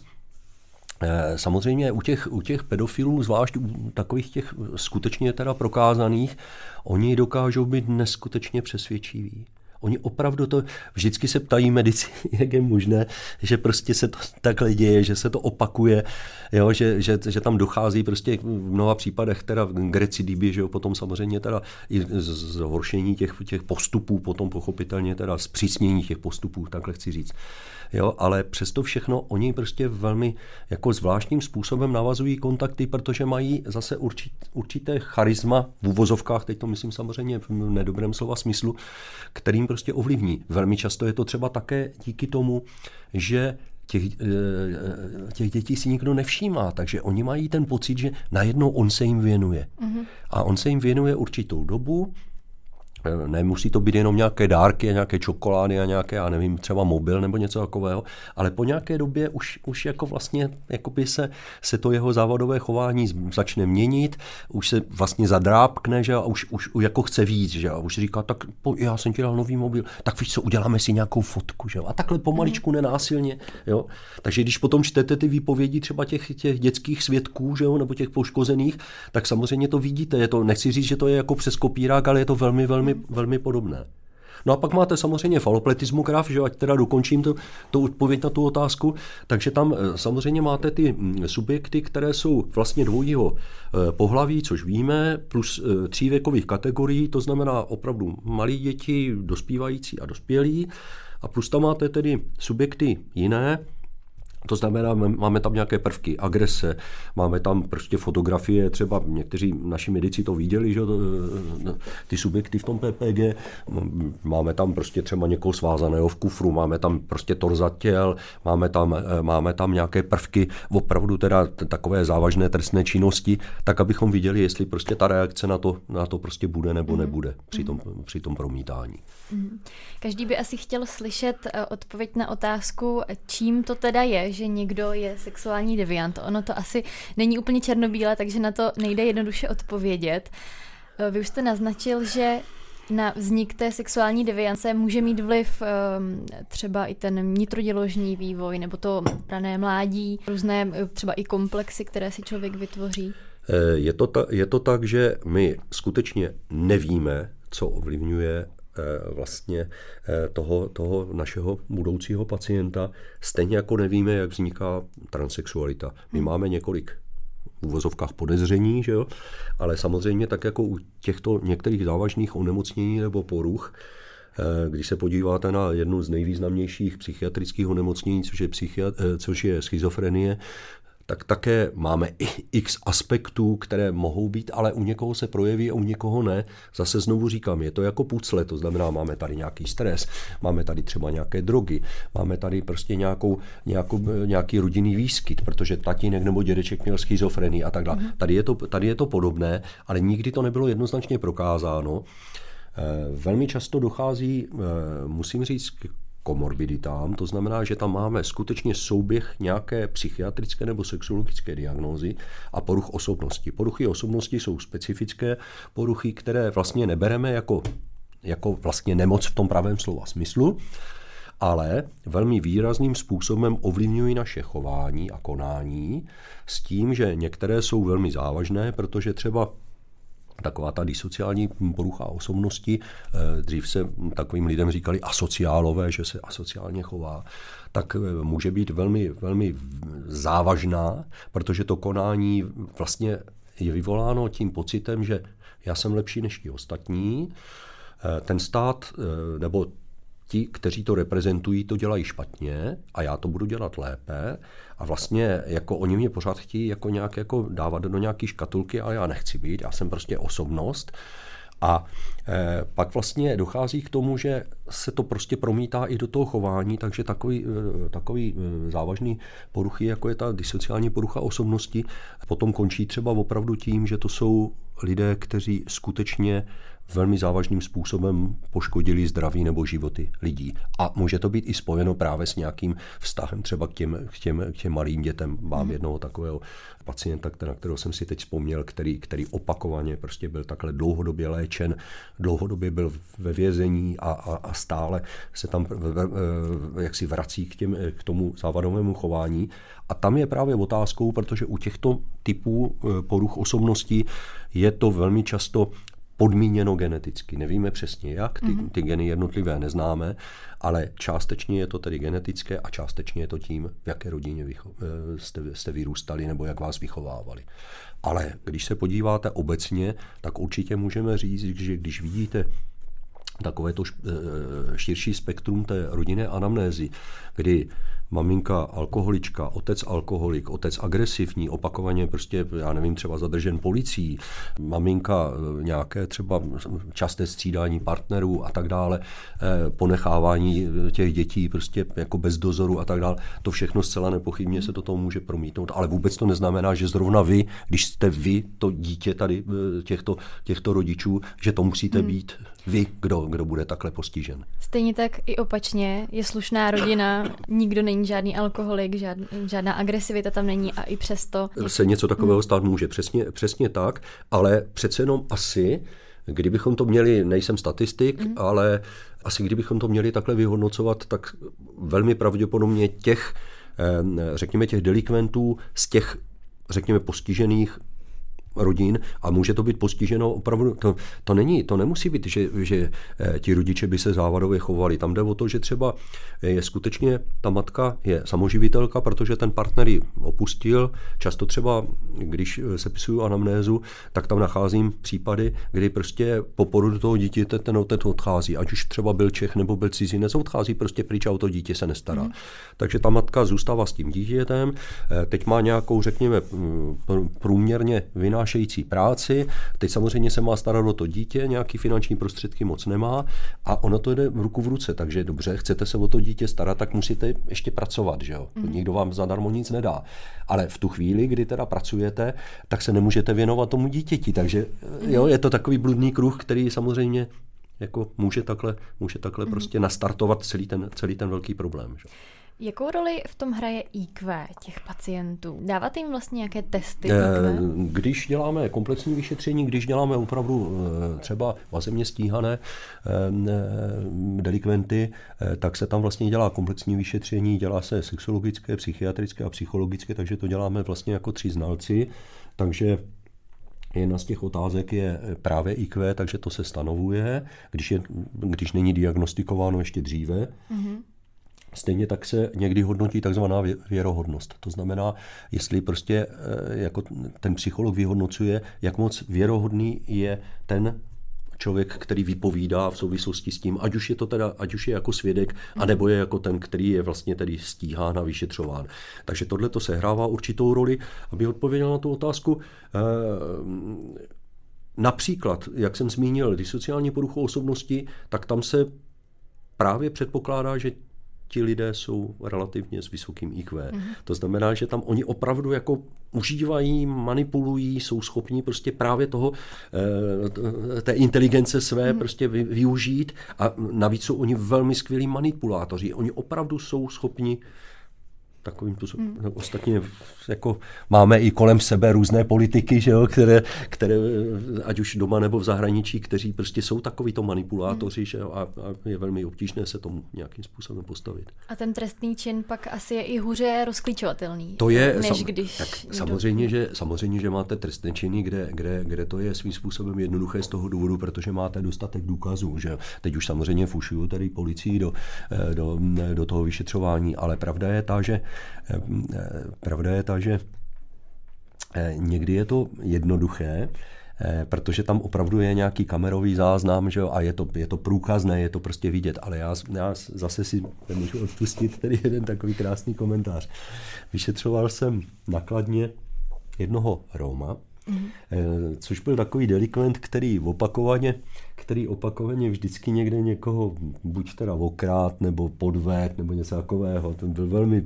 samozřejmě u těch pedofilů, zvlášť u takových těch skutečně teda prokázaných, oni dokážou být neskutečně přesvědčiví. Oni opravdu to, vždycky se ptají medici, jak je možné, že prostě se to takhle děje, že se to opakuje, jo, že tam dochází prostě v mnoha případech teda k recidivě, že jo, potom samozřejmě teda i zhoršení těch postupů, potom pochopitelně teda zpřísnění těch postupů, takhle chci říct. Jo, ale přesto všechno oni prostě velmi jako zvláštním způsobem navazují kontakty, protože mají zase určité charisma v uvozovkách, teď to myslím samozřejmě v nedobrém slova smyslu, kterým prostě ovlivní. Velmi často je to třeba také díky tomu, že těch dětí si nikdo nevšímá, takže oni mají ten pocit, že najednou on se jim věnuje. A on se jim věnuje určitou dobu. Nemusí to být jenom nějaké dárky a nějaké čokolády a nějaké, já nevím, třeba mobil nebo něco takového, ale po nějaké době už jako vlastně jakoby se to jeho závadové chování začne měnit, už se vlastně zadrápkne, že a už jako chce víc, že a už říká, tak já jsem ti dal nový mobil, tak víš co, uděláme si nějakou fotku, že a takhle pomaličku nenásilně, jo. Takže když potom čtete ty výpovědi třeba těch dětských svědků, že jo, nebo těch poškozených, tak samozřejmě to vidíte, je to, nechci říct, že to je jako přes kopírák, ale je to velmi podobné. No a pak máte samozřejmě falopletismograf, že ať teda dokončím to odpověď na tu otázku, takže tam samozřejmě máte ty subjekty, které jsou vlastně dvojího pohlaví, což víme, plus 3 věkových kategorií, to znamená opravdu malí děti, dospívající a dospělí, a plus tam máte tedy subjekty jiné, To znamená, máme tam nějaké prvky agrese, máme tam prostě fotografie, třeba někteří naši medici to viděli, že ty subjekty v tom PPG, máme tam prostě třeba někoho svázaného v kufru, máme tam prostě torzat těl, máme tam nějaké prvky, opravdu teda takové závažné trestné činnosti, tak abychom viděli, jestli prostě ta reakce na to prostě bude nebo nebude při tom promítání. Každý by asi chtěl slyšet odpověď na otázku, čím to teda je, že někdo je sexuální deviant. Ono to asi není úplně černobílé, takže na to nejde jednoduše odpovědět. Vy už jste naznačil, že na vznik té sexuální deviance může mít vliv třeba i ten nitroděložní vývoj nebo to rané mládí, různé třeba i komplexy, které si člověk vytvoří. Je to tak, že my skutečně nevíme, co ovlivňuje vlastně toho našeho budoucího pacienta, stejně jako nevíme, jak vzniká transsexualita. My máme několik v uvozovkách podezření, že jo? Ale samozřejmě tak jako u těchto některých závažných onemocnění nebo poruch, když se podíváte na jednu z nejvýznamnějších psychiatrických onemocnění, což je schizofrenie, tak také máme x aspektů, které mohou být, ale u někoho se projeví a u někoho ne. Zase znovu říkám, je to jako pucle, to znamená, máme tady nějaký stres, máme tady třeba nějaké drogy, máme tady prostě nějaký rodinný výskyt, protože tatínek nebo dědeček měl schizofrenii a tak dále. Tady je to podobné, ale nikdy to nebylo jednoznačně prokázáno. Velmi často dochází, musím říct, komorbiditám, to znamená, že tam máme skutečně souběh nějaké psychiatrické nebo sexuologické diagnózy a poruch osobnosti. Poruchy osobnosti jsou specifické poruchy, které vlastně nebereme jako vlastně nemoc v tom pravém slova smyslu, ale velmi výrazným způsobem ovlivňují naše chování a konání s tím, že některé jsou velmi závažné, protože třeba taková ta disociální porucha osobnosti, dřív se takovým lidem říkali asociálové, že se asociálně chová, tak může být velmi, velmi závažná, protože to konání vlastně je vyvoláno tím pocitem, že já jsem lepší než ti ostatní, ten stát nebo ti, kteří to reprezentují, to dělají špatně a já to budu dělat lépe a vlastně jako oni mě pořád chtějí jako nějak jako dávat do nějaký škatulky, ale já nechci být, já jsem prostě osobnost. A pak vlastně dochází k tomu, že se to prostě promítá i do toho chování, takže takový závažný poruchy, jako je ta disociální porucha osobnosti, potom končí třeba opravdu tím, že to jsou lidé, kteří skutečně velmi závažným způsobem poškodili zdraví nebo životy lidí. A může to být i spojeno právě s nějakým vztahem třeba k těm malým dětem. Mám jednoho takového pacienta, na kterého jsem si teď vzpomněl, který opakovaně prostě byl takhle dlouhodobě léčen, dlouhodobě byl ve vězení a stále se tam jaksi vrací k tomu závadovému chování. A tam je právě otázkou, protože u těchto typů poruch osobnosti je to velmi často podmíněno geneticky. Nevíme přesně jak, ty geny jednotlivé neznáme, ale částečně je to tedy genetické a částečně je to tím, v jaké rodině jste vyrůstali nebo jak vás vychovávali. Ale když se podíváte obecně, tak určitě můžeme říct, že když vidíte takové to širší spektrum té rodinné anamnézy, kdy maminka alkoholička, otec alkoholik, otec agresivní, opakovaně prostě, já nevím, třeba zadržen policií, maminka nějaké třeba časté střídání partnerů a tak dále, ponechávání těch dětí prostě jako bez dozoru a tak dále. To všechno zcela nepochybně se do toho může promítnout, ale vůbec to neznamená, že zrovna vy, když jste vy, to dítě tady těchto rodičů, že to musíte být vy, kdo bude takhle postižen. Stejně tak i opačně je slušná rodina, nikdo není žádný alkoholik, žádná agresivita tam není a i přesto se něco takového stát může. Přesně tak, ale přece jenom asi, kdybychom to měli, nejsem statistik, ale asi kdybychom to měli takhle vyhodnocovat, tak velmi pravděpodobně těch delikventů z těch, řekněme, postižených rodin a může to být postiženo opravdu, to nemusí být, že ti rodiče by se závadově chovali. Tam jde o to, že třeba je skutečně ta matka je samoživitelka, protože ten partner ji opustil. Často třeba, když sepisuju anamnézu, tak tam nacházím případy, kdy prostě po porodu toho dítěte ten otec odchází. Ať už třeba byl Čech nebo byl cizinec, odchází prostě pryč a o to dítě se nestará. Takže ta matka zůstává s tím dítětem, teď má nějakou, řekněme, průměrně vynášející práci, teď samozřejmě se má starat o to dítě, nějaký finanční prostředky moc nemá a ono to jde ruku v ruce, takže dobře, chcete se o to dítě starat, tak musíte ještě pracovat, že jo? Nikdo vám zadarmo nic nedá. Ale v tu chvíli, kdy teda pracujete, tak se nemůžete věnovat tomu dítěti, takže jo, je to takový bludný kruh, který samozřejmě jako může takhle prostě nastartovat celý ten velký problém. Že? Jakou roli v tom hraje IQ těch pacientů? Dáváte jim vlastně nějaké testy IQ? Když děláme komplexní vyšetření, když děláme opravdu třeba vazebně stíhané delikventy, tak se tam vlastně dělá komplexní vyšetření, dělá se sexologické, psychiatrické a psychologické, takže to děláme vlastně jako 3 znalci, takže jedna z těch otázek je právě IQ, takže to se stanovuje, když není diagnostikováno ještě dříve. Stejně tak se někdy hodnotí takzvaná věrohodnost. To znamená, jestli prostě jako ten psycholog vyhodnocuje, jak moc věrohodný je ten člověk, který vypovídá v souvislosti s tím, ať už je jako svědek, anebo je jako ten, který je vlastně tedy stíhán a vyšetřován. Takže tohle to sehrává určitou roli, aby odpověděl na tu otázku. Například, jak jsem zmínil, disociální poruchu osobnosti, tak tam se právě předpokládá, že ti lidé jsou relativně s vysokým IQ. To znamená, že tam oni opravdu jako užívají, manipulují, jsou schopni prostě právě té inteligence své prostě využít a navíc jsou oni velmi skvělí manipulátoři. Oni opravdu jsou schopni takovým způsobem. Ostatně jako máme i kolem sebe různé politiky, že jo, které ať už doma nebo v zahraničí, kteří prostě jsou takovýto manipulátoři, že jo, a je velmi obtížné se tomu nějakým způsobem postavit. A ten trestný čin pak asi je i hůře rozklíčovatelný. To je, než když tak samozřejmě, že máte trestné činy, kde to je svým způsobem jednoduché z toho důvodu, protože máte dostatek důkazů, že jo. Teď už samozřejmě fušuju tady policii do toho vyšetřování, ale pravda je ta, že někdy je to jednoduché, protože tam opravdu je nějaký kamerový záznam, že jo, a je to průkazné, je to prostě vidět, ale já zase si nemůžu odpustit tady jeden takový krásný komentář. Vyšetřoval jsem na Kladně jednoho Roma, což byl takový delikvent, který opakovaně vždycky někde někoho buď teda okrát, nebo podved, nebo něco takového. Ten byl velmi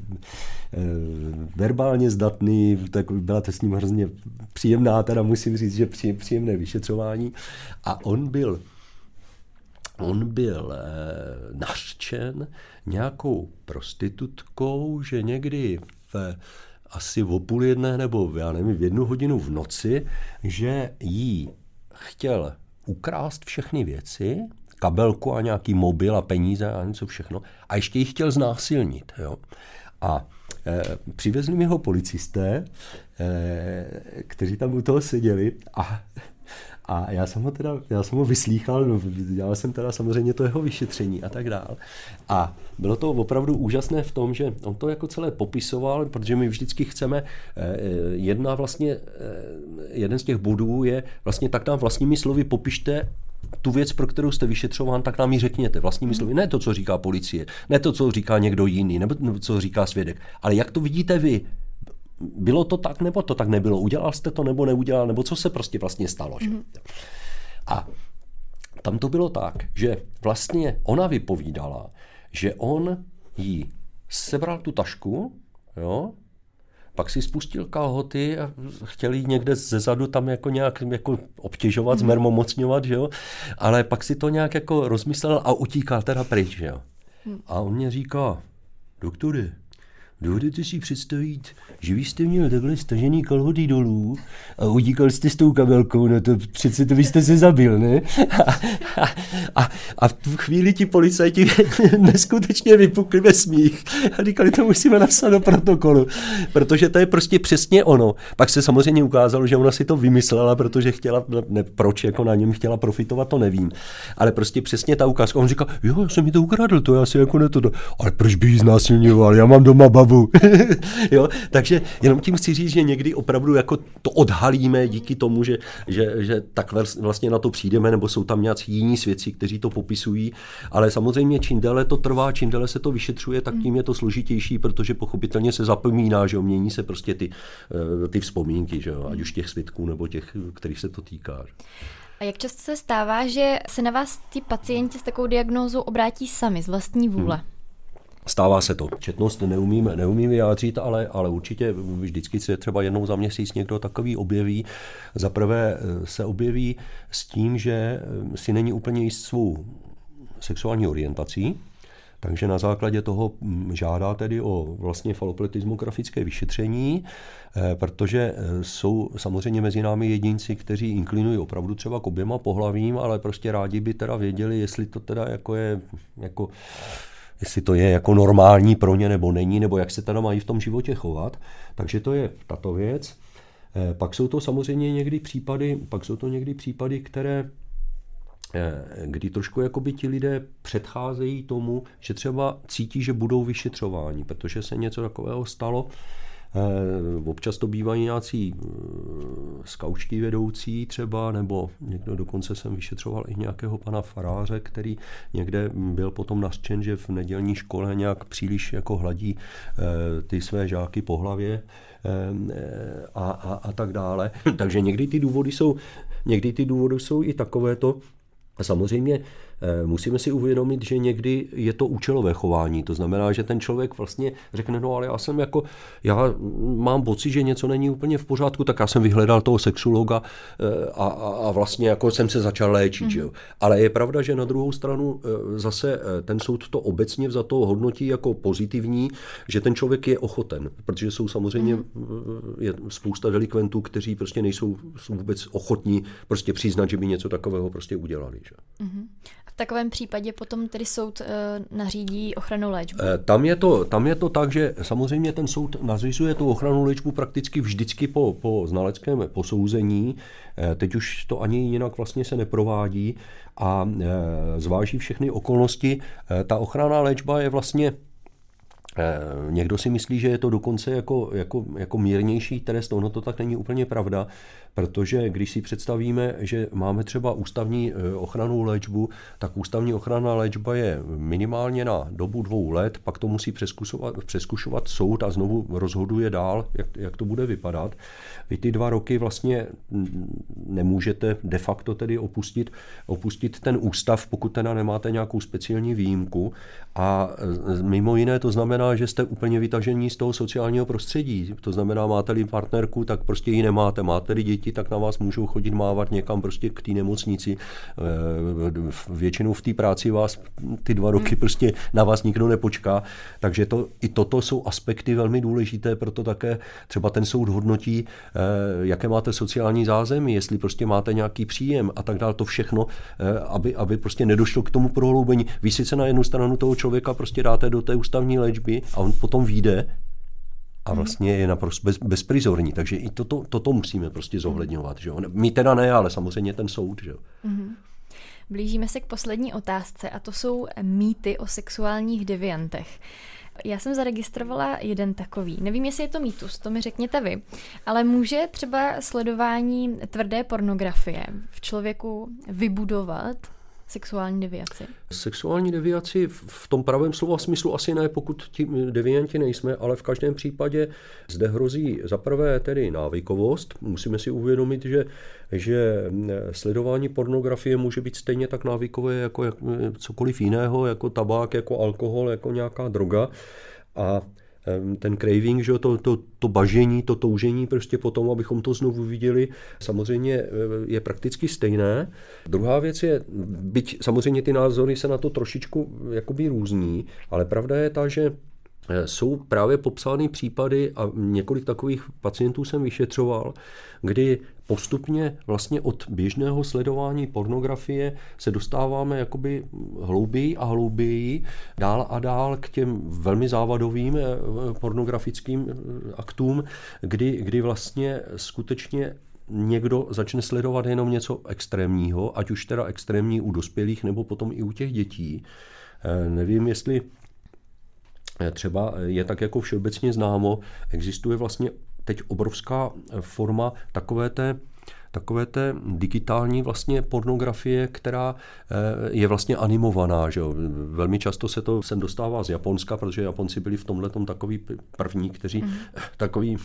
verbálně zdatný, tak byla to s ním hrozně příjemná, teda musím říct, že příjemné vyšetřování. A on byl nařčen nějakou prostitutkou, že někdy asi o 12:30 nebo já nevím, v 1:00 v noci, že jí chtěl ukrást všechny věci, kabelku a nějaký mobil a peníze a něco všechno, a ještě jí chtěl znásilnit. Jo. A přivezli mi ho policisté, kteří tam u toho seděli a já jsem ho vyslýchal, dělal jsem teda samozřejmě to jeho vyšetření a tak dál. A bylo to opravdu úžasné v tom, že on to jako celé popisoval, protože my vždycky chceme, jeden z těch bodů je vlastně tak nám vlastními slovy popište tu věc, pro kterou jste vyšetřován, tak nám ji řekněte vlastními slovy. Ne to, co říká policie, ne to, co říká někdo jiný, nebo co říká svědek, ale jak to vidíte vy. Bylo to tak, nebo to tak nebylo? Udělal jste to, nebo neudělal, nebo co se prostě vlastně stalo? Že? A tam to bylo tak, že vlastně ona vypovídala, že on jí sebral tu tašku, jo, pak si spustil kalhoty a chtěl jí někde zezadu tam jako nějak jako obtěžovat, zmermomocňovat, že jo, ale pak si to nějak jako rozmyslel a utíkal teda pryč, že jo. A on mě říká, doktore, dovedete si představit, že vy jste měl takhle stažený kalhoty dolů a udíkal jste s tou kabelkou, no to přece to byste se zabil, ne? A v tu chvíli ti policajti neskutečně vypukli ve smích a říkali, to musíme napsat do protokolu, protože to je prostě přesně ono. Pak se samozřejmě ukázalo, že ona si to vymyslela, protože chtěla, ne, proč jako na něm chtěla profitovat, to nevím. Ale prostě přesně ta ukázka. On říkal, jo, já jsem mi to ukradl, to já si jako neto. Ale proč by jí znásilňoval, já mám doma babu. Jo, takže jenom tím chci říct, že někdy opravdu jako to odhalíme díky tomu, že tak vlastně na to přijdeme, nebo jsou tam nějací jiní svědci, kteří to popisují, ale samozřejmě čím déle to trvá, čím déle se to vyšetřuje, tak tím je to složitější, protože pochopitelně se zapomíná, že mění se prostě ty vzpomínky, že jo, ať už těch svědků nebo těch, kterých se to týká. A jak často se stává, že se na vás ti pacienti s takovou diagnózou obrátí sami z vlastní vůle? Stává se to. Četnost neumím vyjádřit, ale určitě vždycky se třeba jednou za měsíc někdo takový objeví. Zaprvé se objeví s tím, že si není úplně jist svou sexuální orientací, takže na základě toho žádá tedy o vlastně falopletismografické vyšetření, protože jsou samozřejmě mezi námi jedinci, kteří inklinují opravdu třeba k oběma pohlavím, ale prostě rádi by teda věděli, jestli to teda jestli to je jako normální pro ně nebo není, nebo jak se teda mají v tom životě chovat. Takže to je tato věc. Pak jsou to samozřejmě někdy případy, které kdy trošku jakoby ti lidé předcházejí tomu, že třeba cítí, že budou vyšetřováni, protože se něco takového stalo. Občas to bývají nějací skaučtí vedoucí třeba, nebo někdo, dokonce jsem vyšetřoval i nějakého pana faráře, který někde byl potom nařčen, že v nedělní škole nějak příliš jako hladí ty své žáky po hlavě a tak dále. Takže někdy ty důvody jsou i takovéto. A samozřejmě musíme si uvědomit, že někdy je to účelové chování. To znamená, že ten člověk vlastně řekne, no ale já mám pocit, že něco není úplně v pořádku, tak já jsem vyhledal toho sexuologa a vlastně jako jsem se začal léčit. Že jo? Ale je pravda, že na druhou stranu zase ten soud to obecně vzato hodnotí jako pozitivní, že ten člověk je ochoten, protože jsou samozřejmě je spousta delikventů, kteří prostě jsou vůbec ochotní prostě přiznat, že by něco takového prostě udělali. Že? V takovém případě potom tedy soud nařídí ochrannou léčbu? Tam je to tak, že samozřejmě ten soud nařizuje tu ochrannou léčbu prakticky vždycky po znaleckém posouzení. Teď už to ani jinak vlastně se neprovádí a zváží všechny okolnosti. Ta ochranná léčba je vlastně někdo si myslí, že je to dokonce jako mírnější trest, ono to tak není úplně pravda, protože když si představíme, že máme třeba ústavní ochrannou léčbu, tak ústavní ochranná léčba je minimálně na dobu 2 let, pak to musí přezkušovat soud a znovu rozhoduje dál, jak to bude vypadat. Vy ty 2 roky vlastně nemůžete de facto tedy opustit ten ústav, pokud teda nemáte nějakou speciální výjimku a mimo jiné to znamená, že jste úplně vytažení z toho sociálního prostředí. To znamená, máte-li partnerku, tak prostě ji nemáte. Máte-li děti, tak na vás můžou chodit mávat někam prostě k té nemocnici. Většinou v té práci vás ty 2 roky prostě na vás nikdo nepočká. Takže i toto jsou aspekty velmi důležité, proto také třeba ten soud hodnotí, jaké máte sociální zázemí, jestli prostě máte nějaký příjem a tak dále. To všechno, aby prostě nedošlo k tomu prohloubení. Vy sice na jednu stranu toho člověka prostě dáte do té ústavní léčby a on potom vyjde a vlastně je naprosto bezprizorní. Takže i toto musíme prostě zohledňovat. Že? My teda ne, ale samozřejmě ten soud. Že? Blížíme se k poslední otázce a to jsou mýty o sexuálních deviantech. Já jsem zaregistrovala jeden takový. Nevím, jestli je to mýtus, to mi řekněte vy. Ale může třeba sledování tvrdé pornografie v člověku vybudovat sexuální deviaci? Sexuální deviaci v tom pravém slova smyslu asi ne, pokud ti devianti nejsme, ale v každém případě zde hrozí zaprvé tedy návykovost. Musíme si uvědomit, že sledování pornografie může být stejně tak návykové jako cokoliv jiného, jako tabák, jako alkohol, jako nějaká droga. A ten craving, že to bažení, to toužení prostě potom, abychom to znovu viděli, samozřejmě je prakticky stejné. Druhá věc je, byť samozřejmě ty názory se na to trošičku jakoby různí, ale pravda je ta, že jsou právě popsány případy a několik takových pacientů jsem vyšetřoval, kdy postupně vlastně od běžného sledování pornografie se dostáváme jakoby hlouběji a hlouběji, dál a dál k těm velmi závadovým pornografickým aktům, kdy vlastně skutečně někdo začne sledovat jenom něco extrémního, ať už teda extrémní u dospělých nebo potom i u těch dětí. Nevím, jestli třeba je tak jako všeobecně známo, existuje vlastně teď obrovská forma takové té digitální vlastně pornografie, která je vlastně animovaná. Že jo? Velmi často se to sem dostává z Japonska, protože Japonci byli v tomhletom takový první, kteří takový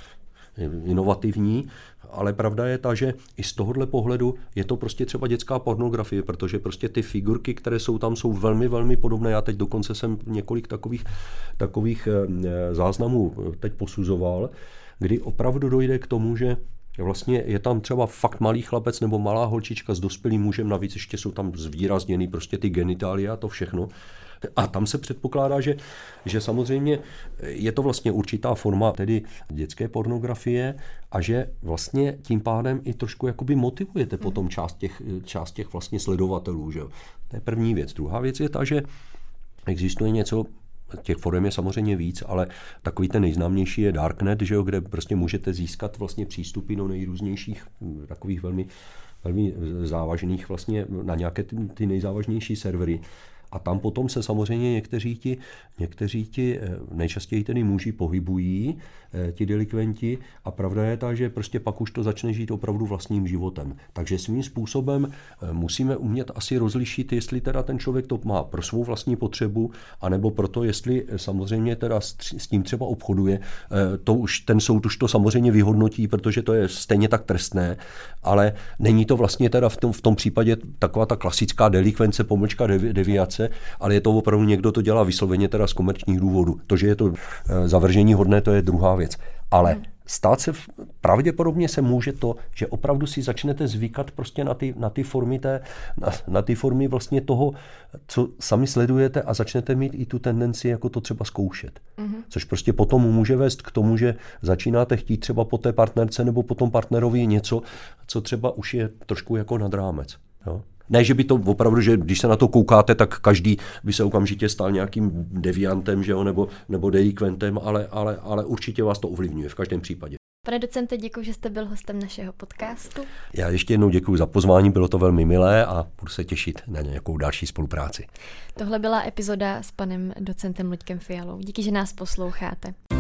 inovativní, ale pravda je ta, že i z tohohle pohledu je to prostě třeba dětská pornografie, protože prostě ty figurky, které jsou tam, jsou velmi, velmi podobné. Já teď dokonce jsem několik takových záznamů teď posuzoval, kdy opravdu dojde k tomu, že vlastně je tam třeba fakt malý chlapec nebo malá holčička s dospělým mužem, navíc ještě jsou tam zvýrazněny prostě ty genitália a to všechno. A tam se předpokládá, že samozřejmě je to vlastně určitá forma tedy dětské pornografie a že vlastně tím pádem i trošku jakoby motivujete potom část těch vlastně sledovatelů. Že? To je první věc. Druhá věc je ta, že existuje něco, těch forem je samozřejmě víc, ale takový ten nejznámější je Darknet, že jo, kde prostě můžete získat vlastně přístupy do nejrůznějších takových velmi, velmi závažných vlastně na nějaké ty nejzávažnější servery. A tam potom se samozřejmě někteří ti nejčastěji tedy muži pohybují, ti delikventi, a pravda je ta, že prostě pak už to začne žít opravdu vlastním životem. Takže svým způsobem musíme umět asi rozlišit, jestli teda ten člověk to má pro svou vlastní potřebu, anebo proto, jestli samozřejmě teda s tím třeba obchoduje. Ten soud už to samozřejmě vyhodnotí, protože to je stejně tak trestné, ale není to vlastně teda v tom případě taková ta klasická delikvence, pomlčka, deviace, ale je to opravdu někdo to dělá vysloveně teda z komerčních důvodů. To, že je to zavržení hodné, to je druhá věc. Ale stát se, pravděpodobně se může to, že opravdu si začnete zvykat prostě na ty formy vlastně toho, co sami sledujete, a začnete mít i tu tendenci jako to třeba zkoušet. Což prostě potom může vést k tomu, že začínáte chtít třeba po té partnerce nebo po tom partnerovi něco, co třeba už je trošku jako nad rámec. Jo? Ne, že by to opravdu, že když se na to koukáte, tak každý by se okamžitě stal nějakým deviantem, že jo, nebo delikventem, ale určitě vás to ovlivňuje v každém případě. Pane docente, děkuji, že jste byl hostem našeho podcastu. Já ještě jednou děkuji za pozvání, bylo to velmi milé a budu se těšit na nějakou další spolupráci. Tohle byla epizoda s panem docentem Luďkem Fialou. Díky, že nás posloucháte.